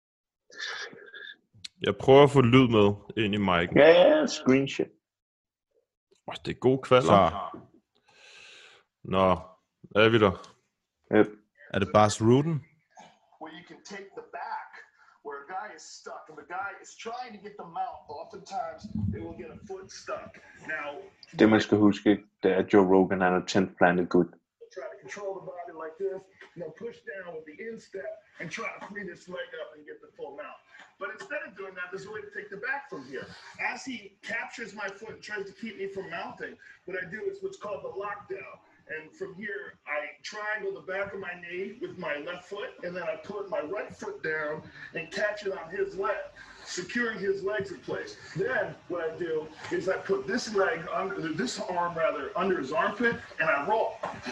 Speaker 8: Jeg prøver at få lyd med ind i mic'en.
Speaker 10: Ja, ja, screenshot.
Speaker 8: Oh, det er god kvalder.
Speaker 7: Så.
Speaker 8: Nå, er vi der?
Speaker 10: Yep.
Speaker 7: Er det Bas Ruden?
Speaker 11: Where you can take the back, where a guy is stuck, and the guy is trying to get the mount. Oftentimes, they will get a foot stuck. Now,
Speaker 10: det man skal huske, det er Joe Rogan, han er tenth planet good.
Speaker 11: Try to control the body like this, you know, push down with the instep, and try to free this leg up and get the full mount. But instead of doing that, there's a way to take the back from here. As he captures my foot and tries to keep me from mounting, what I do is what's called the lockdown. And from here, I triangle the back of my knee with my left foot, and then I put my right foot down and catch it on his leg, securing his legs in place. Then what I do is I put this leg under, this arm rather, under his armpit, and I roll.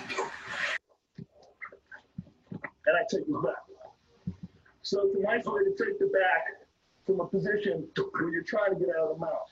Speaker 11: And I take his back. So it's a nice way to take the back from a position where you're trying to get out of the mount.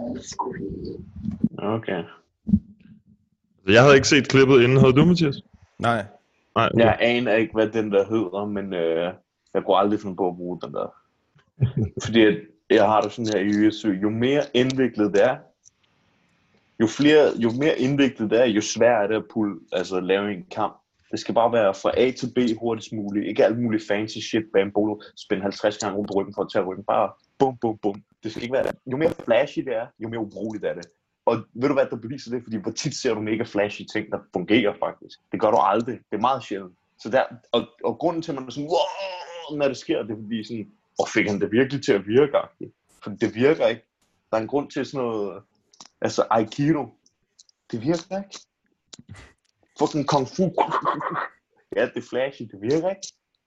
Speaker 10: Okay.
Speaker 8: Jeg havde ikke set klippet inden. Havde du, Mathias?
Speaker 7: Nej.
Speaker 8: Nej, okay.
Speaker 10: Jeg aner ikke, hvad den der hedder, men øh, jeg kunne aldrig finde på at bruge den der. Fordi at jeg har det sådan her i U F C. Jo mere indviklet det er, jo, flere, jo mere indviklet det er, jo sværere er det at pull, altså lave en kamp. Det skal bare være fra A til B hurtigst muligt. Ikke alt muligt fancy shit bag en bolo. Spænde halvtreds gange rundt på ryggen for at tage ryggen. Bare bum, bum, bum. Det skal ikke være det. Jo mere flashy det er, jo mere ubrugeligt er det. Og ved du hvad, der beviser det? Fordi hvor tit ser du mega flashy ting, der fungerer faktisk. Det gør du aldrig. Det er meget sjældent. Så der, og, og grunden til, at man er sådan, wow, når det sker, det er fordi sådan, og fik han det virkelig til at virke? For det virker ikke. Der er en grund til sådan noget, altså Aikido. Det virker ikke. Fucking kung fu. Ja, det er flashy, det virker ikke.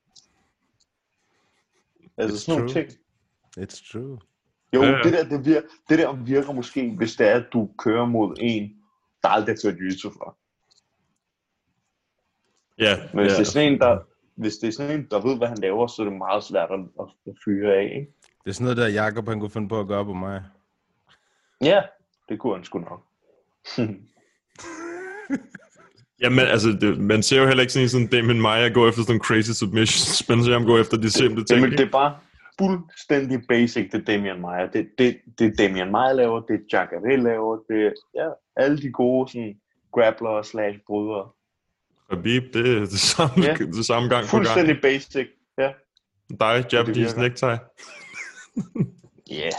Speaker 10: Altså
Speaker 7: It's
Speaker 10: sådan nogle
Speaker 7: true.
Speaker 10: ting.
Speaker 7: It's true.
Speaker 10: Jo,
Speaker 8: Ja, ja.
Speaker 10: det der, det, virker, det der virker måske, hvis det er, at du kører mod en, der aldrig har kørt YouTube for.
Speaker 8: Ja,
Speaker 10: Men hvis,
Speaker 8: ja.
Speaker 10: det er sådan en, der, hvis det er sådan en, der ved, hvad han laver, så er det meget svært at, at, at fyre af, ikke?
Speaker 7: Det er sådan noget, der Jacob han kunne finde på at gøre på mig.
Speaker 10: Ja, det kunne han sgu nok.
Speaker 8: Jamen, altså, det, man ser jo heller ikke sådan en sådan Damien Maia gå efter sådan crazy submissions, men så ham gå efter de simple ting.
Speaker 10: Jamen, det er bare fuldstændig basic, det Damian Maia. Det, det, det Damian Maia laver, det Jacare laver, det ja, alle de gode sådan, grapplere slash brydere.
Speaker 8: Khabib, det er det samme,
Speaker 10: Ja.
Speaker 8: det samme gang på gang.
Speaker 10: Fuldstændig basic, ja.
Speaker 8: Dig, Japanese
Speaker 10: virker.
Speaker 8: necktie.
Speaker 10: Ja. Yeah.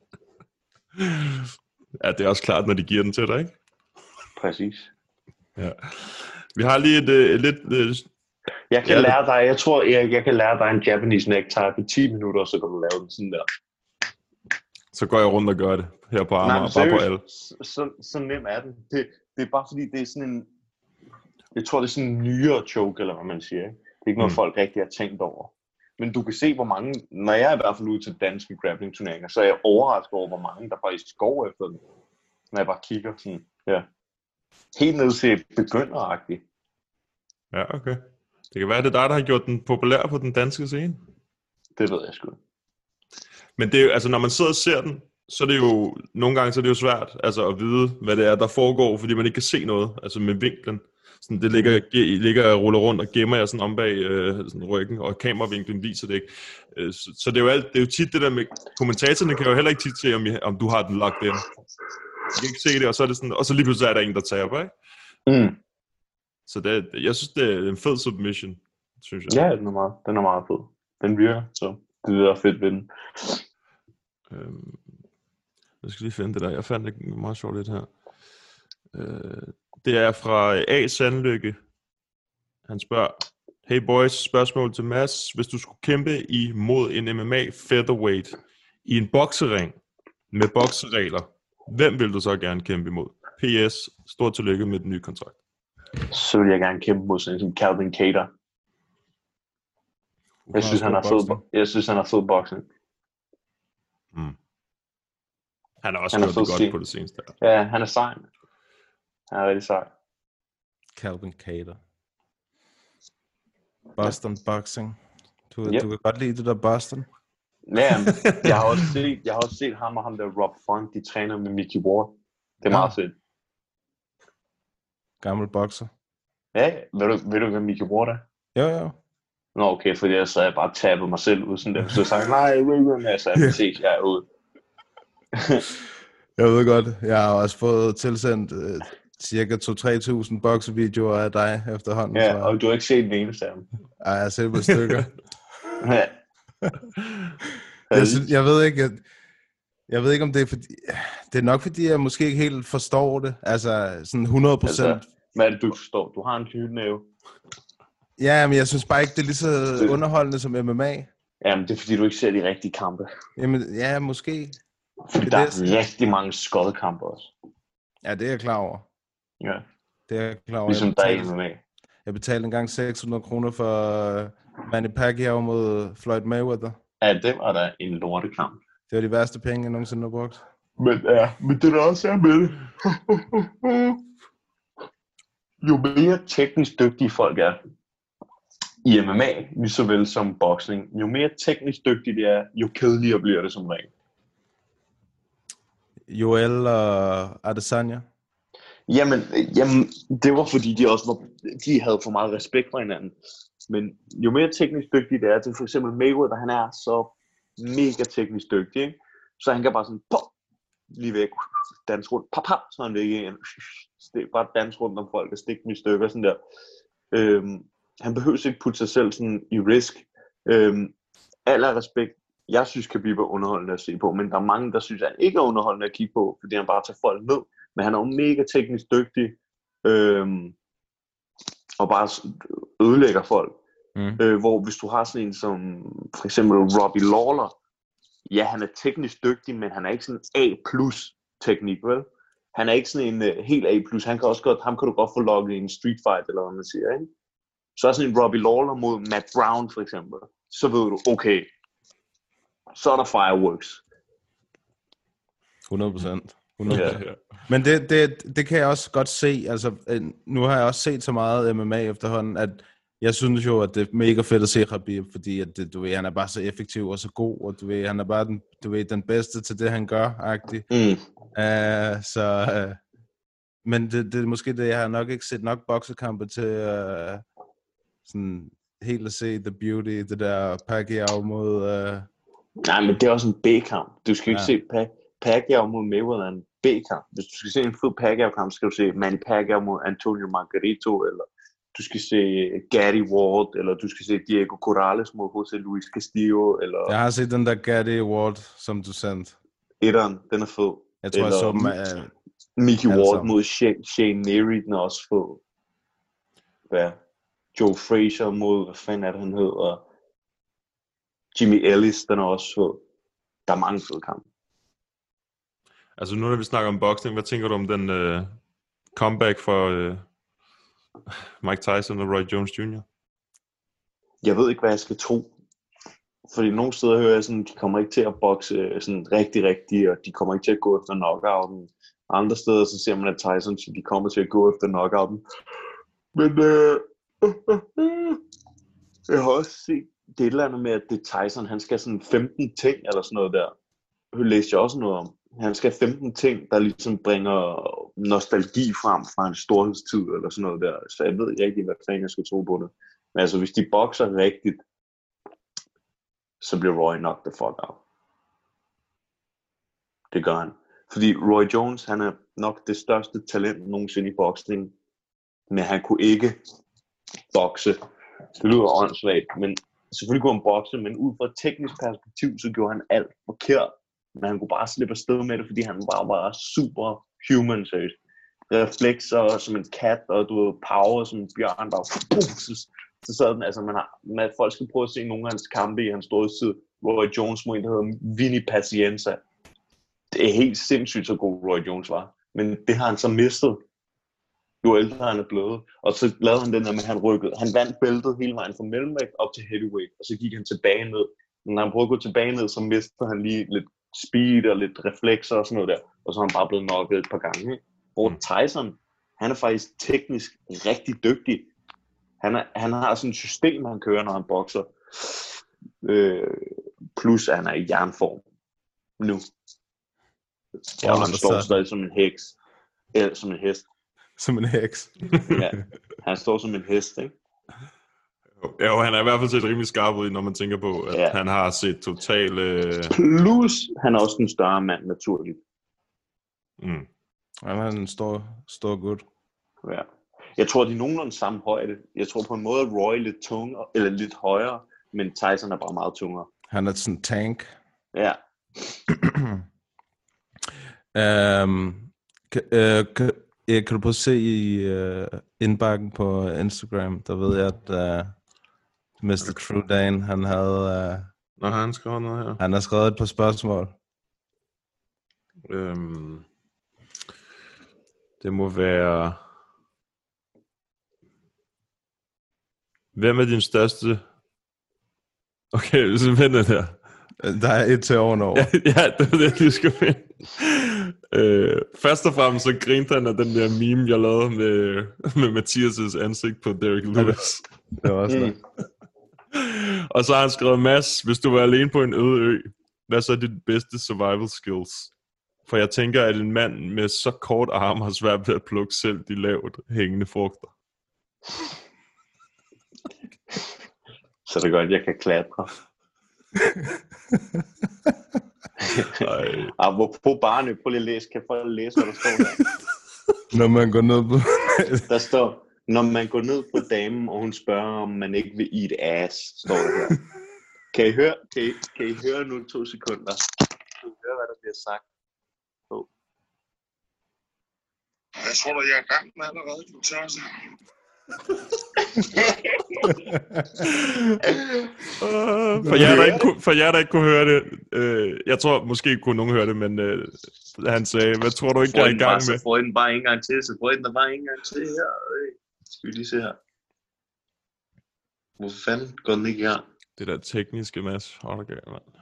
Speaker 8: Ja, det er også klart, når de giver den til dig, ikke?
Speaker 10: Præcis.
Speaker 8: Ja. Vi har lige et, et lidt... Et,
Speaker 10: Jeg kan
Speaker 8: Ja,
Speaker 10: lære dig, jeg tror, Erik, jeg kan lære dig en Japanese necktie på ti minutter, så kan du lave den sådan der.
Speaker 8: så går jeg rundt og gør det her på Amager,
Speaker 10: Nej,
Speaker 8: bare på alle.
Speaker 10: så, så, så nem er den. Det, det er bare fordi, det er sådan en... Jeg tror, det er sådan en nyere choke, eller hvad man siger. Ikke? Det er ikke noget,
Speaker 8: Mm.
Speaker 10: folk rigtig har tænkt over. Men du kan se, hvor mange... Når jeg er i hvert fald ude til danske grappling-turneringer, så er jeg overrasket over, hvor mange, der faktisk går efter den. Når jeg bare kigger sådan... Ja. helt ned til begynderagtigt.
Speaker 8: Ja, okay. Det kan være, det er dig, der har gjort den populær på den danske scene.
Speaker 10: Det ved jeg sgu.
Speaker 8: Men det er jo, altså, når man sidder og ser den, så er det jo, nogle gange så er det jo svært altså, at vide, hvad det er, der foregår, fordi man ikke kan se noget, altså med vinklen. Sådan, det ligger, ligger og ruller rundt og gemmer jeg sådan om bag øh, sådan ryggen, og kameravinklen viser det ikke. Øh, så, så det er jo alt, det er jo tit det der med, kommentatorerne kan jo heller ikke tit se, om, I, om du har den lagt ind. De kan ikke se det, og så er det sådan, og så lige pludselig er der en, der taber, ikke?
Speaker 10: Mm.
Speaker 8: Så det, jeg synes, det er en fed submission, synes jeg.
Speaker 10: Ja, den er meget, den er meget fed. Den virker, så det er fedt ved den.
Speaker 8: Øhm, jeg skal lige finde det der. Jeg fandt det meget sjovt lidt her. Øh, det er fra A. Sandlykke. Han spørger, hey boys, spørgsmål til Mads. Hvis du skulle kæmpe imod en M M A featherweight i en boksering med bokseregler, hvem vil du så gerne kæmpe imod? P S. Stort tillykke med den nye kontrakt.
Speaker 10: Så vil jeg gerne kæmpe mod sådan som Calvin Kattar. Jeg synes, han har fed, jeg synes, han har fed boksning.
Speaker 8: Mm. Han har også gjort det godt stil. På det seneste.
Speaker 10: Ja, han er sej. Han er rigtig sej.
Speaker 7: Calvin Kattar. Boston ja. Boxing. Du,
Speaker 10: yep.
Speaker 7: du kan godt lide det der Boston.
Speaker 10: Ja, jeg har også set, jeg har også set ham og ham der Rob Font, de træner med Mickey Ward. Det er ja. Meget fedt.
Speaker 7: Gammel bokser.
Speaker 10: Ja, ved du, ved du hvad Mickey Ward er?
Speaker 7: Jo, jo.
Speaker 10: Nå, okay, fordi jeg så havde bare tabet mig selv ud sådan der. Så jeg sagde, nej, jeg vil ikke med, så jeg ses, jeg er ude.
Speaker 7: Jeg ved godt, jeg har også fået tilsendt uh, cirka to til tre tusind boksevideoer af dig efterhånden.
Speaker 10: Ja, og du har ikke set den eneste af dem.
Speaker 7: Ej, jeg har set på stykker. Ja. jeg, synes, jeg ved ikke, jeg, jeg ved ikke, om det er fordi... Det er nok, fordi jeg måske ikke helt forstår det. Altså, sådan hundrede procent. Altså,
Speaker 10: hvad er det, du forstår? Du har en knytnæve.
Speaker 7: Ja, men jeg synes bare ikke, det er lige så det... underholdende som M M A.
Speaker 10: Jamen, det er fordi, du ikke ser de rigtige kampe.
Speaker 7: Jamen, ja, måske.
Speaker 10: Fordi der er det, rigtig mange skodkampe også.
Speaker 7: Ja, det er jeg klar over.
Speaker 10: Ja.
Speaker 7: Det er jeg klar over.
Speaker 10: Ligesom der er M M A.
Speaker 7: Jeg betalte engang seks hundrede kroner for Manny Pacquiao mod Floyd Mayweather.
Speaker 10: Ja, det var da en lortekamp.
Speaker 7: Det var de værste penge, jeg nogensinde har brugt.
Speaker 10: Men ja, men det der også er med det. Jo mere teknisk dygtige folk er i M M A, lige så vel som boksning, jo mere teknisk dygtige det er, jo kedeligere bliver det som regel.
Speaker 7: Joel og Adesanya?
Speaker 10: Jamen, jamen, det var fordi, de også var, de havde for meget respekt for hinanden. Men jo mere teknisk dygtig det er, til for eksempel Mayweather, han er så mega teknisk dygtig, ikke? Så han kan bare sådan, pop, lige væk, danse rundt, pap, pap, så han væk igen. Det er bare danse rundt om folk og stikke dem i stykker, sådan der. Øhm, han behøver ikke putte sig selv sådan i risk. Øhm, al af respekt, jeg synes Khabib er underholdende at se på, men der er mange, der synes, at han ikke er underholdende at kigge på, fordi han bare tager folk ned. Men han er jo mega teknisk dygtig, øhm, og bare ødelægger folk. Mm. Øh, hvor hvis du har sådan en som for eksempel Robbie Lawler, ja, han er teknisk dygtig, men han er ikke sådan A plus teknik, vel? Han er ikke sådan en uh, helt A plus. Han kan også godt, ham kan du godt få logget i en street fight, eller hvad man siger, ikke? Så er sådan en Robbie Lawler mod Matt Brown, for eksempel. Så ved du, okay, så er der fireworks.
Speaker 7: hundrede procent. hundrede procent. Ja. Men det, det, det kan jeg også godt se. Altså, nu har jeg også set så meget M M A efterhånden, at jeg synes jo, at det er mega fedt at se Khabib, fordi at det, du ved, han er bare så effektiv og så god, og du ved, han er bare den, du ved, den bedste til det, han gør, agtigt. Mm. Uh, så, uh, men det, det er måske det, jeg har nok ikke set nok boksekampe til uh, sådan helt at se The Beauty, det der Pacquiao mod... Uh...
Speaker 10: Nej, men det er også en B-kamp. Du skal ikke ja. se pa- Pacquiao mod Mayweather en B-kamp. Hvis du skal se en fed Pacquiao-kamp, skal du se Manny Pacquiao mod Antonio Margarito, eller du skal se Gatti Ward, eller du skal se Diego Corrales mod Jose Luis Castillo, eller...
Speaker 7: Jeg har set den der Gatti Ward, som du sendte.
Speaker 10: Etteren, den er fed.
Speaker 7: Jeg tror, eller, jeg så dem af...
Speaker 10: Mickey Ward altså. mod Shane, Shane Neary, den er også fed. Hvad? Joe Frazier mod, hvad fanden er det, han hedder? Jimmy Ellis, den er også fed. Der er mange fede kampe.
Speaker 8: Altså nu når vi snakker om boksning, hvad tænker du om den uh, comeback for uh, Mike Tyson og Roy Jones junior?
Speaker 10: Jeg ved ikke, hvad jeg skal tro. Fordi nogle steder hører jeg sådan, de kommer ikke til at bokse sådan rigtig, rigtig, og de kommer ikke til at gå efter knockouten. Andre steder, så ser man, at Tyson, de kommer til at gå efter knockouten. Men øh, øh, øh, øh. jeg har også set det et eller andet med, at det Tyson, han skal sådan femten ting, eller sådan noget der. Det læste jeg også noget om. Han skal have femten ting, der ligesom bringer nostalgi frem fra en storhedstid, eller sådan noget der. Så jeg ved ikke, hvad fanden jeg skal tro på det. Men altså, hvis de bokser rigtigt, så bliver Roy knocked the fuck out. Det gør han. Fordi Roy Jones, han er nok det største talent nogensinde i boksning, men han kunne ikke bokse. Det lyder åndssvagt, men selvfølgelig kunne han bokse, men ud fra et teknisk perspektiv, så gjorde han alt forkert. Men han kunne bare slippe afsted med det, fordi han bare var super human, seriøst. Reflekser som en kat, og du ved, power som en bjørn, bare så, så sådan, altså man har, man, folk skal prøve at se nogle af hans kampe i hans storhedstid. Roy Jones mod en, der hedder Vinny Pacienza. Det er helt sindssygt, så god Roy Jones var. Men det har han så mistet, jo ældre han er blevet. Og så lavede han den der med, at han rykkede. Han vandt bæltet hele vejen fra mellemvægt op til heavyweight, og så gik han tilbage ned. Men når han prøvede at gå tilbage ned, så mistede han lige lidt speed og lidt reflekser og sådan noget der. Og så er han bare blevet knocket et par gange. Hvor Tyson, han er faktisk teknisk rigtig dygtig. Han, er, han har sådan et system, han kører, når han bokser. Øh, plus at han er i jernform nu. Ja, og han står stadig som en heks. Eller som en hest.
Speaker 7: Som en heks.
Speaker 10: Ja, han står som en hest, ikke?
Speaker 8: Ja, og han er i hvert fald set rimelig skarp ud, når man tænker på, at ja. han har set totalt... Øh...
Speaker 10: Plus, han er også en større mand, naturligt.
Speaker 8: Mm.
Speaker 7: Han er en stor, stor gut.
Speaker 10: Ja. Jeg tror, de er nogenlunde samme højde. Jeg tror på en måde, at Roy er lidt tungere, eller lidt højere, men Tyson er bare meget tungere.
Speaker 7: Han er sådan en tank.
Speaker 10: Ja.
Speaker 7: um, kan, uh, kan, kan du prøve at se i uh, indbakken på Instagram, der ved jeg, at uh, mister True Dan, han havde... Uh,
Speaker 8: Nå, har han skrevet noget her?
Speaker 7: Han har skrevet et par spørgsmål.
Speaker 8: Øhm, det må være... Hvem er din største... Okay, så vent det der.
Speaker 7: Der er et til ovenover.
Speaker 8: Ja, ja, det er det, du skal finde. Øh, først og fremmest så grinte han af den der meme, jeg lavede med, med Mathias' ansigt på Derek Lewis.
Speaker 7: Det var også det.
Speaker 8: Og så har han skrevet, Mads, hvis du var alene på en øde ø, hvad så er dit bedste survival skills? For jeg tænker, at en mand med så kort arm har svært ved at plukke selv de lavt hængende frugter.
Speaker 10: Så det er godt, jeg kan klatre. Apropos Barnø, prøv lige at læse. Kan folk læse, hvad der står der?
Speaker 7: Når man går ned på...
Speaker 10: Der står, når man går ned på damen, og hun spørger, om man ikke vil eat ass, står der her. Kan I høre, kan I, kan I høre nu to sekunder? Kan I høre, hvad der bliver sagt? Oh.
Speaker 11: Jeg tror, at jeg er i gang med allerede, du tør sig.
Speaker 8: for, jer, der ikke kunne, for jer, der ikke kunne høre det, øh, jeg tror måske kunne nogen høre det, men øh, han sagde, hvad tror du ikke, jeg er i gang med?
Speaker 10: Så får I den bare en gang til, så får I den bare en gang til her. Øh. Skal vi lige se her. Hvorfor fanden går den ikke i gang?
Speaker 8: Det der tekniske, Mads. Hold da galt, mand.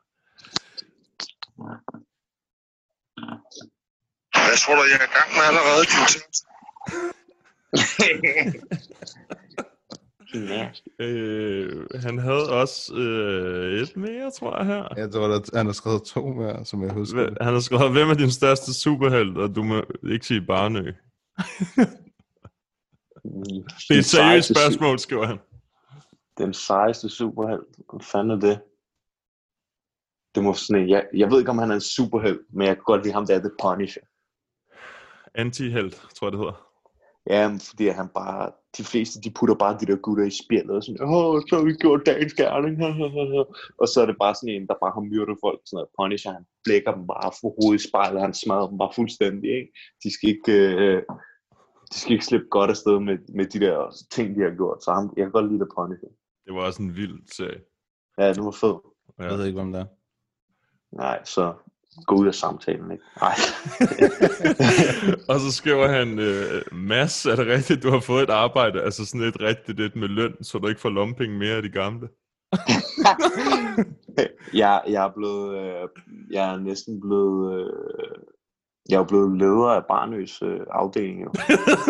Speaker 11: Jeg tror da, jeg er i gang med allerede, du tør sig.
Speaker 8: øh, han havde også øh, et mere, tror jeg her.
Speaker 7: Jeg tror, at han har skrevet to mere, som jeg husker.
Speaker 8: H- han har skrevet, hvem er din største superhelt, og du må ikke sige Barnø. Det er et seriøst spørgsmål, skriver han.
Speaker 10: Den sejeste superhelt. Hvad fanden er det? Det må sådan en, jeg, jeg ved ikke, om han er en superhelt, men jeg kan godt lide ham, der er The Punisher.
Speaker 8: Anti-helt, tror jeg, det hedder.
Speaker 10: Ja, fordi han bare, de fleste, de putter bare de der gutter i spjældet, og sådan, åh, så har vi gjort dagens gerning, og så er det bare sådan en, der bare har myrdet folk, sådan noget. Punisher, han blækker dem bare for hovedet i spejlet, han smadrer dem bare fuldstændig, ikke? De skal ikke, øh, de skal ikke slippe godt afsted med, med de der ting, de har gjort, så han, jeg kan godt lide The Punisher.
Speaker 8: Det var også en vild serie.
Speaker 10: Ja, det var fedt.
Speaker 7: Jeg ved ikke, om det er.
Speaker 10: Nej, så gå ud af samtalen, ikke? Nej.
Speaker 8: Og så skriver han, øh, Mads, er det rigtigt, du har fået et arbejde, altså sådan et rigtigt et med løn, så du ikke får lommepenge mere af de gamle?
Speaker 10: jeg, jeg er blevet, øh, jeg er næsten blevet, øh, Jeg er jo blevet leder af Barnøs øh, afdeling, jo.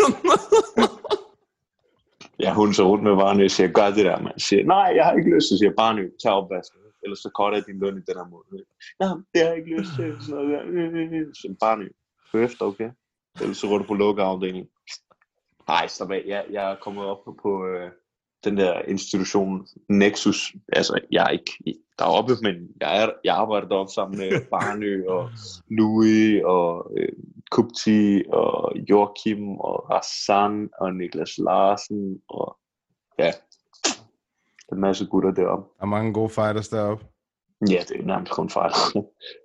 Speaker 10: Jeg hunser rundt med Barnø og siger, gør det der, man. Siger, nej, jeg har ikke lyst til, siger Barnø, tag opvasken. Ellers så cutter jeg din løn i den her måde. Nej, det har jeg ikke lyst til. Sådan noget der. Så Barnø, hør efter, okay? Ellers så går du på lukkeafdelingen. Nej, stop af. Jeg, jeg er kommet op på, på øh, den der institution Nexus. Altså, jeg er ikke deroppe, men jeg, er, jeg arbejder deroppe sammen med Barnø og Louis og øh, Kupti og Joachim og Rassan og Niklas Larsen og ja, en masse gutter deroppe.
Speaker 7: Der er mange gode fighters deroppe.
Speaker 10: Ja, det er nærmest kun fighter.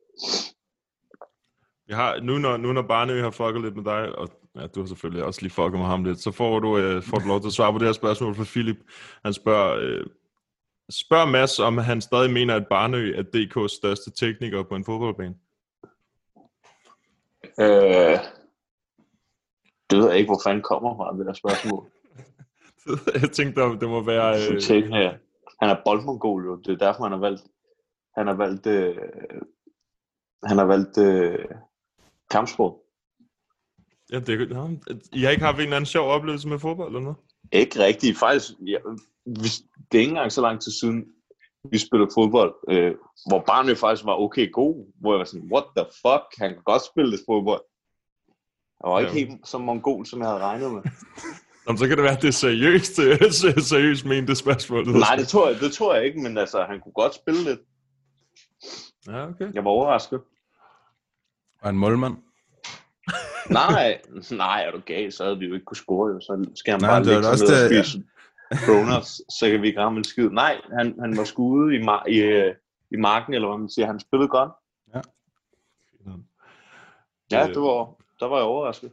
Speaker 8: Jeg har, nu, når, nu når Barnø har fucket lidt med dig, og ja, du har selvfølgelig også lige fucket med ham lidt, så får du, øh, får du lov til at svare på det her spørgsmål fra Philip. Han spørger, øh, spørger Mads, om han stadig mener, at Barnø er D K's største tekniker på en fodboldbane.
Speaker 10: Øh, det ved jeg ikke, hvor fanden kommer fra det der spørgsmål.
Speaker 8: Jeg tænkte, det må være... Øh...
Speaker 10: Tekniker. Han er boldmongol, jo. Det er derfor, han har valgt... Han har valgt... Øh, han har valgt... Øh, kampsport.
Speaker 8: Ja, det, ja, I har ikke haft en eller anden sjov oplevelse med fodbold, eller noget?
Speaker 10: Ikke rigtigt. Faktisk, ja, det er ikke engang så lang tid siden, vi spillede fodbold, øh, hvor Barnø faktisk var okay god, hvor jeg var sådan, what the fuck, han kan godt spille det fodbold. Jeg var ikke ja. helt så mongol, som jeg havde regnet med.
Speaker 8: Jamen, så kan det være, at det er seriøst, seriøst ment det spørgsmål.
Speaker 10: Nej, det tror, jeg, det tror jeg ikke, men altså, han kunne godt spille lidt.
Speaker 8: Ja, okay.
Speaker 10: Jeg var overrasket.
Speaker 7: Og en målmand?
Speaker 10: nej, nej, er du gal, så havde vi jo ikke kunne score, jo. Så skal han
Speaker 7: nej,
Speaker 10: bare lægge sig ned og spise
Speaker 7: ja.
Speaker 10: donuts, så kan vi ikke ramme en skid. Nej, han, han var sgu ude i, mar- i, i marken, eller hvad man siger, han spillede godt.
Speaker 7: Ja.
Speaker 10: Ja, det var, der var jeg overrasket.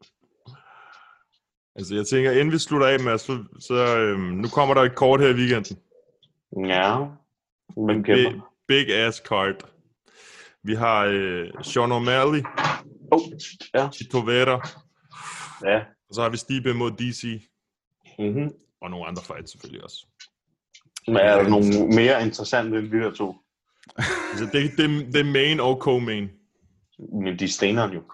Speaker 8: Altså, jeg tænker, inden vi slutter af, Mads, så, så øhm, nu kommer der et kort her i weekenden.
Speaker 10: Ja, men kæmper.
Speaker 8: Big, big ass card. Vi har øh, Sean O'Malley,
Speaker 10: oh, ja.
Speaker 8: Chito Vera,
Speaker 10: ja.
Speaker 8: og så har vi Stipe mod D C,
Speaker 10: mm-hmm.
Speaker 8: og nogle andre fights selvfølgelig også.
Speaker 10: Men er der nogle mere interessante end de her to?
Speaker 8: Altså, det, det, det er main og co-main.
Speaker 10: Men de stener jo.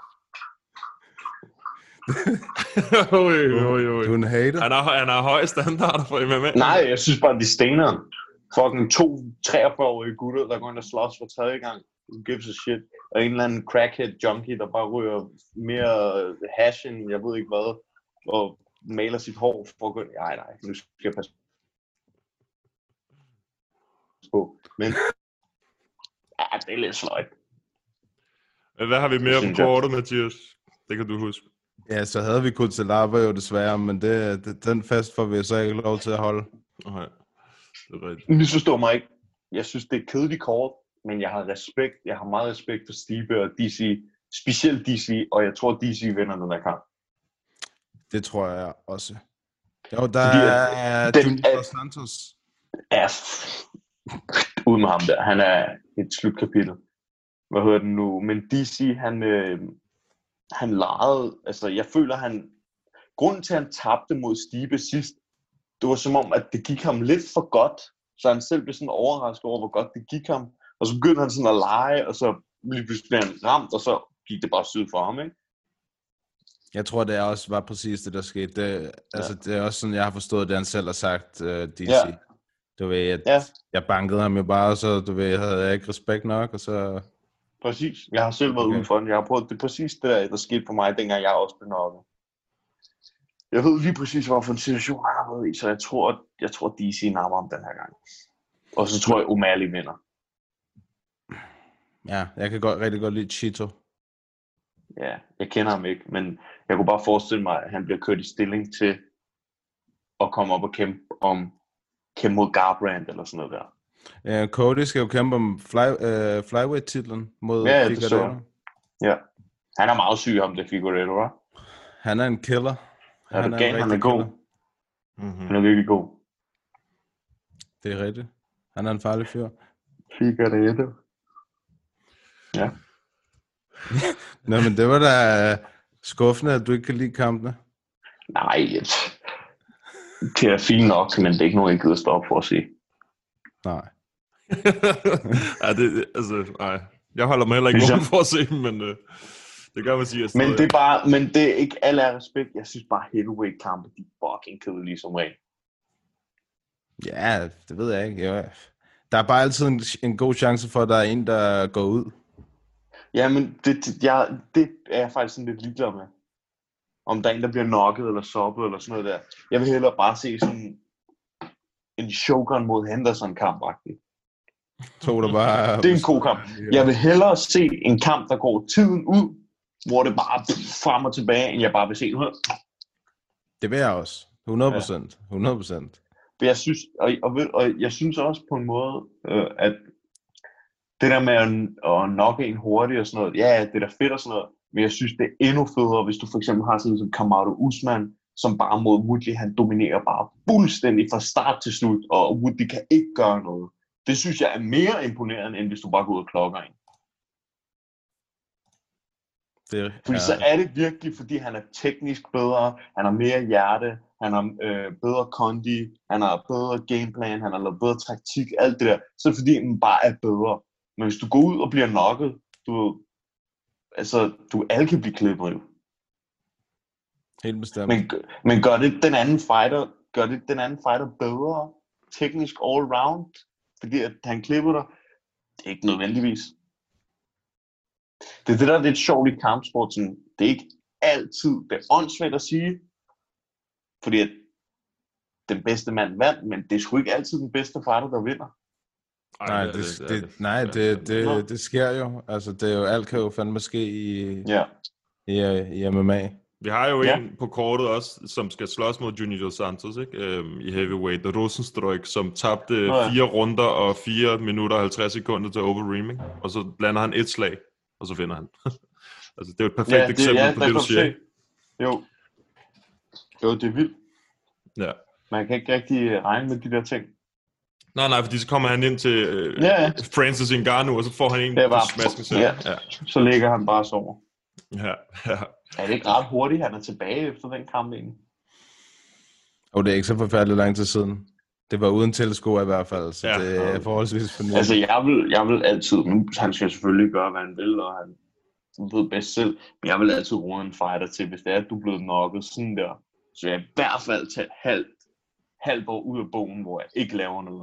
Speaker 8: oj, oj, oj.
Speaker 7: Du er en hater.
Speaker 8: Han har, han har høje standarder for M M A.
Speaker 10: Nej, jeg synes bare, de stener. Fucking to treogfyrre-årige gutter, der går ind og slås for tredje gang. Who gives a shit. Og en eller anden crackhead junkie, der bare ryger mere hash end jeg ved ikke hvad. Og maler sit hår for at gå... Nej, nej, nu skal jeg passe på. Men... Ja, det er lidt sløjt.
Speaker 8: Hvad har vi mere på kortet, Mathias? Det kan du huske.
Speaker 7: Ja, så havde vi Kutelaba jo desværre, men det, det, den fest får vi så ikke lov til at holde.
Speaker 8: Okay. Det er rigtigt.
Speaker 10: Misforstår mig ikke. Jeg synes, det er kedeligt kort, men jeg har respekt. Jeg har meget respekt for Stipe og D C. Specielt D C, og jeg tror, D C vinder den her kamp.
Speaker 7: Det tror jeg også. Jo, der
Speaker 10: Fordi,
Speaker 7: er
Speaker 10: den,
Speaker 7: Junior Santos.
Speaker 10: Ja, ud med ham der. Han er et slutkapitel. Hvad hedder den nu? Men D C, han, øh, han legede, altså jeg føler, han, grunden til, at han tabte mod Stipe sidst, det var som om, at det gik ham lidt for godt, så han selv blev sådan overrasket over, hvor godt det gik ham, og så begyndte han sådan at lege, og så lige pludselig blev han ramt, og så gik det bare syd for ham, ikke?
Speaker 7: Jeg tror, det også var præcis det, der skete. Det, altså, ja. Det er også sådan, jeg har forstået det, han selv har sagt, uh, D C. Ja. Du ved, at ja. jeg bankede ham jo bare, så du ved, havde jeg ikke respekt nok, og så...
Speaker 10: Præcis. Jeg har selv været okay. udenfor den. Jeg har prøvet det præcis det der, der skete for mig, dengang jeg også blev nokket. Jeg ved lige præcis, hvorfor en situation jeg har været i, så jeg tror, jeg tror, D C napper om den her gang. Og så tror jeg, O'Malley vinder.
Speaker 7: Ja, jeg kan godt, rigtig godt lide Chito.
Speaker 10: Ja, jeg kender ham ikke, men jeg kunne bare forestille mig, at han bliver kørt i stilling til at komme op og kæmpe om kæmpe mod Garbrandt eller sådan noget der.
Speaker 7: Uh, Cody skal jo kæmpe om fly, uh, flyweight-titlen mod
Speaker 10: ja,
Speaker 7: Figueiredo.
Speaker 10: Ja, han er meget syg om det, Figueiredo, hva'?
Speaker 7: Han er en killer.
Speaker 10: Han, han er, er, han er god. Mm-hmm. Han er virkelig god.
Speaker 7: Det er rigtigt. Han er en farlig fyr.
Speaker 10: Figueiredo. Ja.
Speaker 7: Nå, men det var da skuffende, at du ikke kan lide kampene.
Speaker 10: Nej, det er fint nok, men det er ikke nogen, jeg gider stå op for at se.
Speaker 7: Nej.
Speaker 8: ja, det, altså, nej. Jeg holder mig heller ikke
Speaker 10: ligesom,
Speaker 8: vågen for at se dem, men... Uh... Det kan man sige.
Speaker 10: Men det er bare, men det er ikke alle af respekt. Jeg synes bare, heavyweight-kampe, de er fucking kedelige som regel.
Speaker 7: Ja, det ved jeg ikke. Jo. Der er bare altid en, en god chance for, at der er en, der går ud.
Speaker 10: Ja, men det, det, jeg, det er jeg faktisk sådan lidt ligeglad med. Om der er en, der bliver knocket eller soppet eller sådan noget der. Jeg vil hellere bare se sådan en Shogun mod Henderson-kamp-agtig.
Speaker 7: To, der bare...
Speaker 10: Det er en god kamp. Jeg vil hellere se en kamp, der går tiden ud, hvor det bare frem og tilbage, end jeg bare vil se noget.
Speaker 7: Det vil jeg også. hundrede procent. hundrede procent.
Speaker 10: Jeg synes, og, og, og jeg synes også på en måde, øh, at det der med at, at knocke en hurtigt og sådan noget, ja, det er da fedt og sådan noget, men jeg synes, det er endnu federe, hvis du for eksempel har sådan som Kamaru Usman, som bare mod Woodley, han dominerer bare fuldstændig fra start til slut, og Woodley kan ikke gøre noget. Det synes jeg er mere imponerende, end hvis du bare går ud og klokker en.
Speaker 7: Det,
Speaker 10: fordi ja. Så er det virkelig, fordi han er teknisk bedre, han har mere hjerte, han har øh, bedre kondi, han har bedre gameplan, han har lavet bedre taktik, alt det der. Så er det fordi, han bare er bedre. Men hvis du går ud og bliver knocket, du, altså, du alle kan blive klippet jo.
Speaker 7: Helt bestemt.
Speaker 10: Men, men gør det den anden fighter, gør det den anden fighter bedre, teknisk all round, fordi at han klipper dig? Det er ikke nødvendigvis. Det er det, der er lidt sjovt i kampsport. Sådan, det er ikke altid, det er åndssvagt at sige, fordi at den bedste mand vandt, men det er sgu ikke altid den bedste fighter, der vinder.
Speaker 7: Nej, det, det, det, nej, det, det, det sker jo. Altså, det er jo, alt kan jo fandme ske i,
Speaker 10: ja.
Speaker 7: i, i M M A.
Speaker 8: Vi har jo
Speaker 10: ja.
Speaker 8: en på kortet også, som skal slås mod Junior Dos Santos, ikke? Øhm, i heavyweight. Rosenstruik, som tabte ja. fire runder og fire minutter og halvtreds sekunder til Overeem, og så lander han et slag, og så finder han. Altså, det er jo et perfekt ja, det, eksempel ja, på det, du siger.
Speaker 10: Jo. Jo, det er vildt.
Speaker 8: Ja.
Speaker 10: Man kan ikke rigtig regne med de der ting.
Speaker 8: Nej, nej, fordi så kommer han ind til øh,
Speaker 10: ja, ja.
Speaker 8: Francis Ngannou, og så får han en
Speaker 10: på
Speaker 8: smasken selv.
Speaker 10: Ja. Ja. Så ligger han bare sover.
Speaker 8: Ja, ja.
Speaker 10: Er det ikke ret hurtigt, han er tilbage efter den kamp egentlig?
Speaker 7: Og det er ikke så forfærdeligt lang tid siden. Det var uden tilskuer i hvert fald, så ja. Det er forholdsvis fornøjelig.
Speaker 10: Altså, jeg vil, jeg vil altid, nu han skal selvfølgelig gøre, hvad han vil, og han ved bedst selv, men jeg vil altid rulle en fighter til, hvis det er, at du er blevet knocket sådan der, så jeg i hvert fald tage halvt, halvt år ud af bogen, hvor jeg ikke laver noget.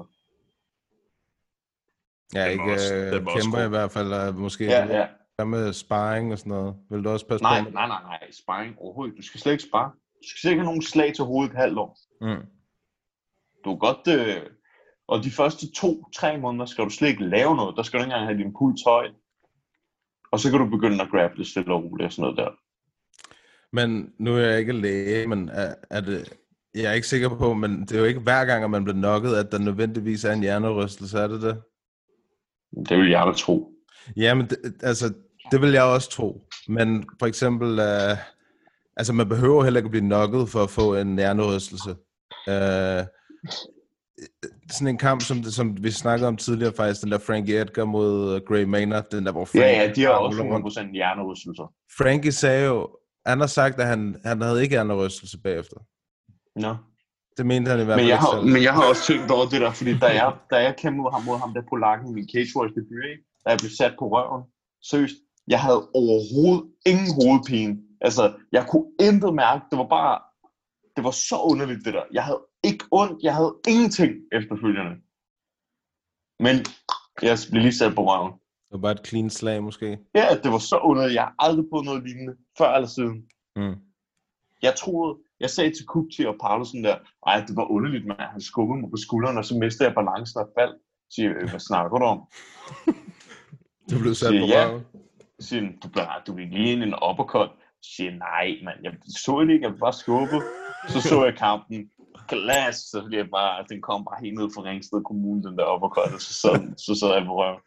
Speaker 7: Ja, ikke også, kæmper i hvert fald, måske
Speaker 10: ja, ja.
Speaker 7: Der med sparring og sådan noget. Vil du også passe
Speaker 10: nej,
Speaker 7: på?
Speaker 10: Nej, nej, nej, sparring overhovedet. Du skal slet ikke spare. Du skal slet ikke have nogen slag til hovedet et halvt år.
Speaker 7: Mm.
Speaker 10: Du er godt, øh, og de første to, tre måneder skal du slet ikke lave noget. Der skal du ikke engang have din puls høj. Og så kan du begynde at grabbe det stille og roligt og sådan noget der.
Speaker 7: Men nu er jeg ikke læge, men er, er det... Jeg er ikke sikker på, men det er jo ikke hver gang, at man bliver knocket, at der nødvendigvis er en hjernerystelse, er det det?
Speaker 10: Det vil jeg da tro.
Speaker 7: Ja, men det, altså, det vil jeg også tro. Men for eksempel, uh, altså man behøver heller ikke at blive knocket for at få en hjernerystelse. Uh, sådan en kamp, som, som vi snakkede om tidligere faktisk, den der Frankie Edgar mod Gray Maynard, den der, hvor Frankie...
Speaker 10: Ja, ja, de har også hundrede procent hjernerystelser.
Speaker 7: Frankie sagde jo, han har sagt, at han, han havde ikke hjernerystelse bagefter.
Speaker 10: Nå.
Speaker 7: Det mente han i hvert fald.
Speaker 10: Men jeg har, men jeg har også tænkt over det der, fordi da jeg, da jeg kæmpede mod ham, mod ham der på lakken i min Cage Warriors debut, da jeg blev sat på røven, seriøst, jeg havde overhovedet ingen hovedpine. Altså, jeg kunne intet mærke, det var bare, det var så underligt det der. Jeg havde ikke ondt, jeg havde ingenting efterfølgende. Men jeg blev lige sat på røven.
Speaker 7: Det var bare et clean slag måske?
Speaker 10: Ja, det var så underligt. Jeg har aldrig fået noget lignende, før eller siden.
Speaker 7: Mm.
Speaker 10: Jeg troede, jeg sagde til Kupti og Paolo sådan der, ej, det var underligt, man. Han skubbede mig på skulderen, og så mistede jeg balancen og faldt. Så siger jeg, hvad snakker du om?
Speaker 7: Du blev sat
Speaker 10: siger,
Speaker 7: på
Speaker 10: ja.
Speaker 7: røven.
Speaker 10: Så siger du, du gik lige ind i en uppercut. Så siger jeg, nej, mand, jeg så det ikke, jeg blev bare skubbet. Så så jeg kampen. Glas, så bliver jeg bare, den kom bare helt ned fra Ringsted Kommune, den der uppercut, og så sad, så sad jeg på røven.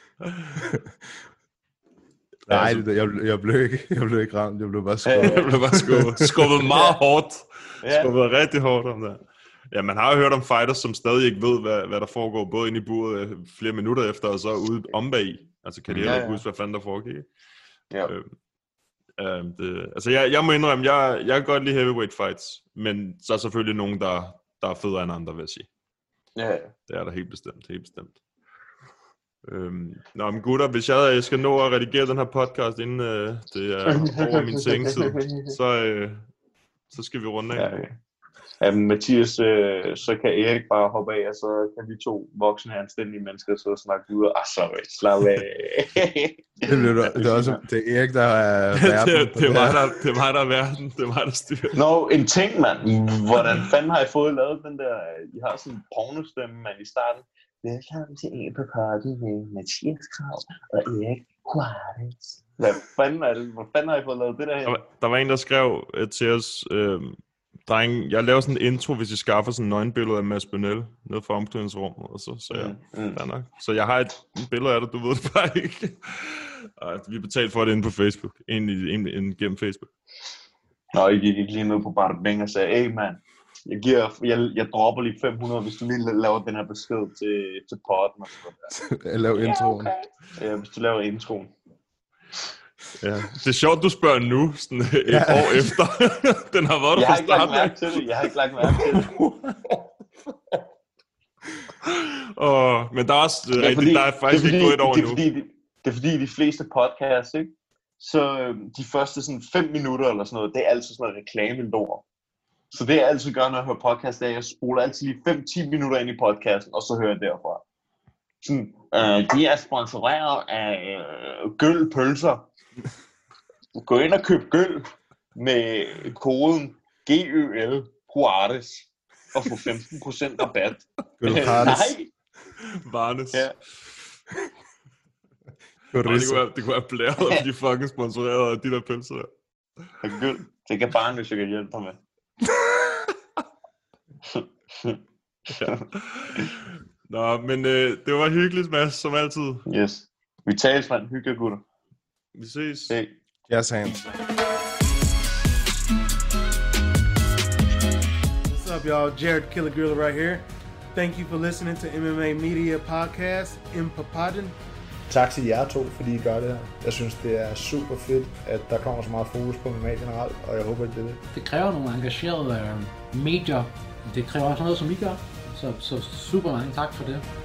Speaker 7: Nej, jeg, jeg, blev ikke, jeg blev ikke ramt, jeg blev bare skubbet.
Speaker 8: Jeg blev bare skubbet. Skubbet meget hårdt. Skubbet rigtig hårdt om det. Ja, man har jo hørt om fighters, som stadig ikke ved, hvad, hvad der foregår, både inde i buret flere minutter efter, og så ude om bag. Altså, kan de heller ikke huske, hvad fanden der foregik?
Speaker 10: Ja.
Speaker 8: Øhm, øhm, det, altså, jeg, jeg må indrømme, jeg, jeg kan godt lide heavyweight fights, men så er selvfølgelig nogen, der, der er federe end andre, vil jeg sige.
Speaker 10: Ja.
Speaker 8: Det er der helt bestemt, helt bestemt. Øhm, nå, men gutter, hvis jeg skal nå at redigere den her podcast, inden øh, det er over min sengetid, så, øh, så skal vi runde af.
Speaker 10: Ja, okay. Ja, Mathias, øh, så kan Erik bare hoppe af, og så kan vi to voksne anstændige mennesker så snakke videre. Ah, sorry, slap af.
Speaker 7: det, blev, det, er også, det er Erik, der er verden.
Speaker 8: det, det, er mig, der, det er mig, der er verden. Det er mig, der styrer.
Speaker 10: Nå, en ting, mand. Hvordan fanden har I fået lavet den der... I har sådan en pornostemme, mand, i starten. Velkommen til en på podden med Mathias Krav og Erik Juarez. Hvad fanden er det? Hvor fanden har I fået lavet det der her?
Speaker 8: Der var, der var en, der skrev uh, til os... Uh, Dreng, jeg laver sådan en intro, hvis I skaffer sådan en nøgenbillede af Mads Bønnell nede fra omklædningsrummet, og så sagde jeg, mm, mm. nok. Så jeg har et billede af dig, du ved det bare ikke. Og vi betalte for det inde på Facebook, egentlig, egentlig gennem Facebook.
Speaker 10: Nå, I gik ikke lige ned på Bada Bing og sagde, hey man, jeg, giver, jeg, jeg dropper lige fem hundrede, hvis du lige laver den her besked til, til podden. Og sådan
Speaker 7: jeg laver introen.
Speaker 10: Ja, okay. Ja, hvis du laver introen.
Speaker 8: Ja. Det er sjovt, du spørger nu, sådan et ja. år efter. Den har været der fra starten.
Speaker 10: Jeg har ikke lagt mærke til det. Jeg har ikke lagt mærke til det.
Speaker 8: oh, men der er også det er rigtig, fordi, der er faktisk det er fordi, ikke gået et år
Speaker 10: det er
Speaker 8: nu.
Speaker 10: Fordi, det, det er fordi, de fleste podcasts, ikke? Så de første sådan fem minutter eller sådan noget, det er altid sådan noget reklame-lort. Så det jeg altid gør, når jeg hører podcast, det er, at jeg spoler altid lige fem til ti minutter ind i podcasten, og så hører jeg derfra. Sådan, øh, de er sponsoreret af øh, Gøl-pølser. Gå ind og køb Gøl med koden G Ø L Juarez og få femten procent rabat.
Speaker 7: Gøl Juarez.
Speaker 10: Nej.
Speaker 8: Varnes.
Speaker 10: Ja.
Speaker 8: Nå, det kunne være, det kunne være blæret, at de fucking sponsoreret af de der pølser der.
Speaker 10: Gøl. Det kan bare, hvis jeg kan hjælpe dig med.
Speaker 8: Ja. Nå, men øh, det var hyggeligt, Mads, som altid.
Speaker 10: Yes. Vi tales, mand. Hyggeligt, gutter.
Speaker 8: Vi ses.
Speaker 10: Hey.
Speaker 7: Yes, hands.
Speaker 2: What's up, y'all? Jared Killer Gorilla right here. Thank you for listening to M M A Media Podcast, M P Podden.
Speaker 12: Tak til jer to, fordi I gør det her. Jeg synes, det er super fedt, at der kommer så meget fokus på M M A generelt, og jeg håber, at det er det.
Speaker 13: Det kræver nogle engagerede medier. Det kræver også noget, som I gør. Så, så super mange tak for det.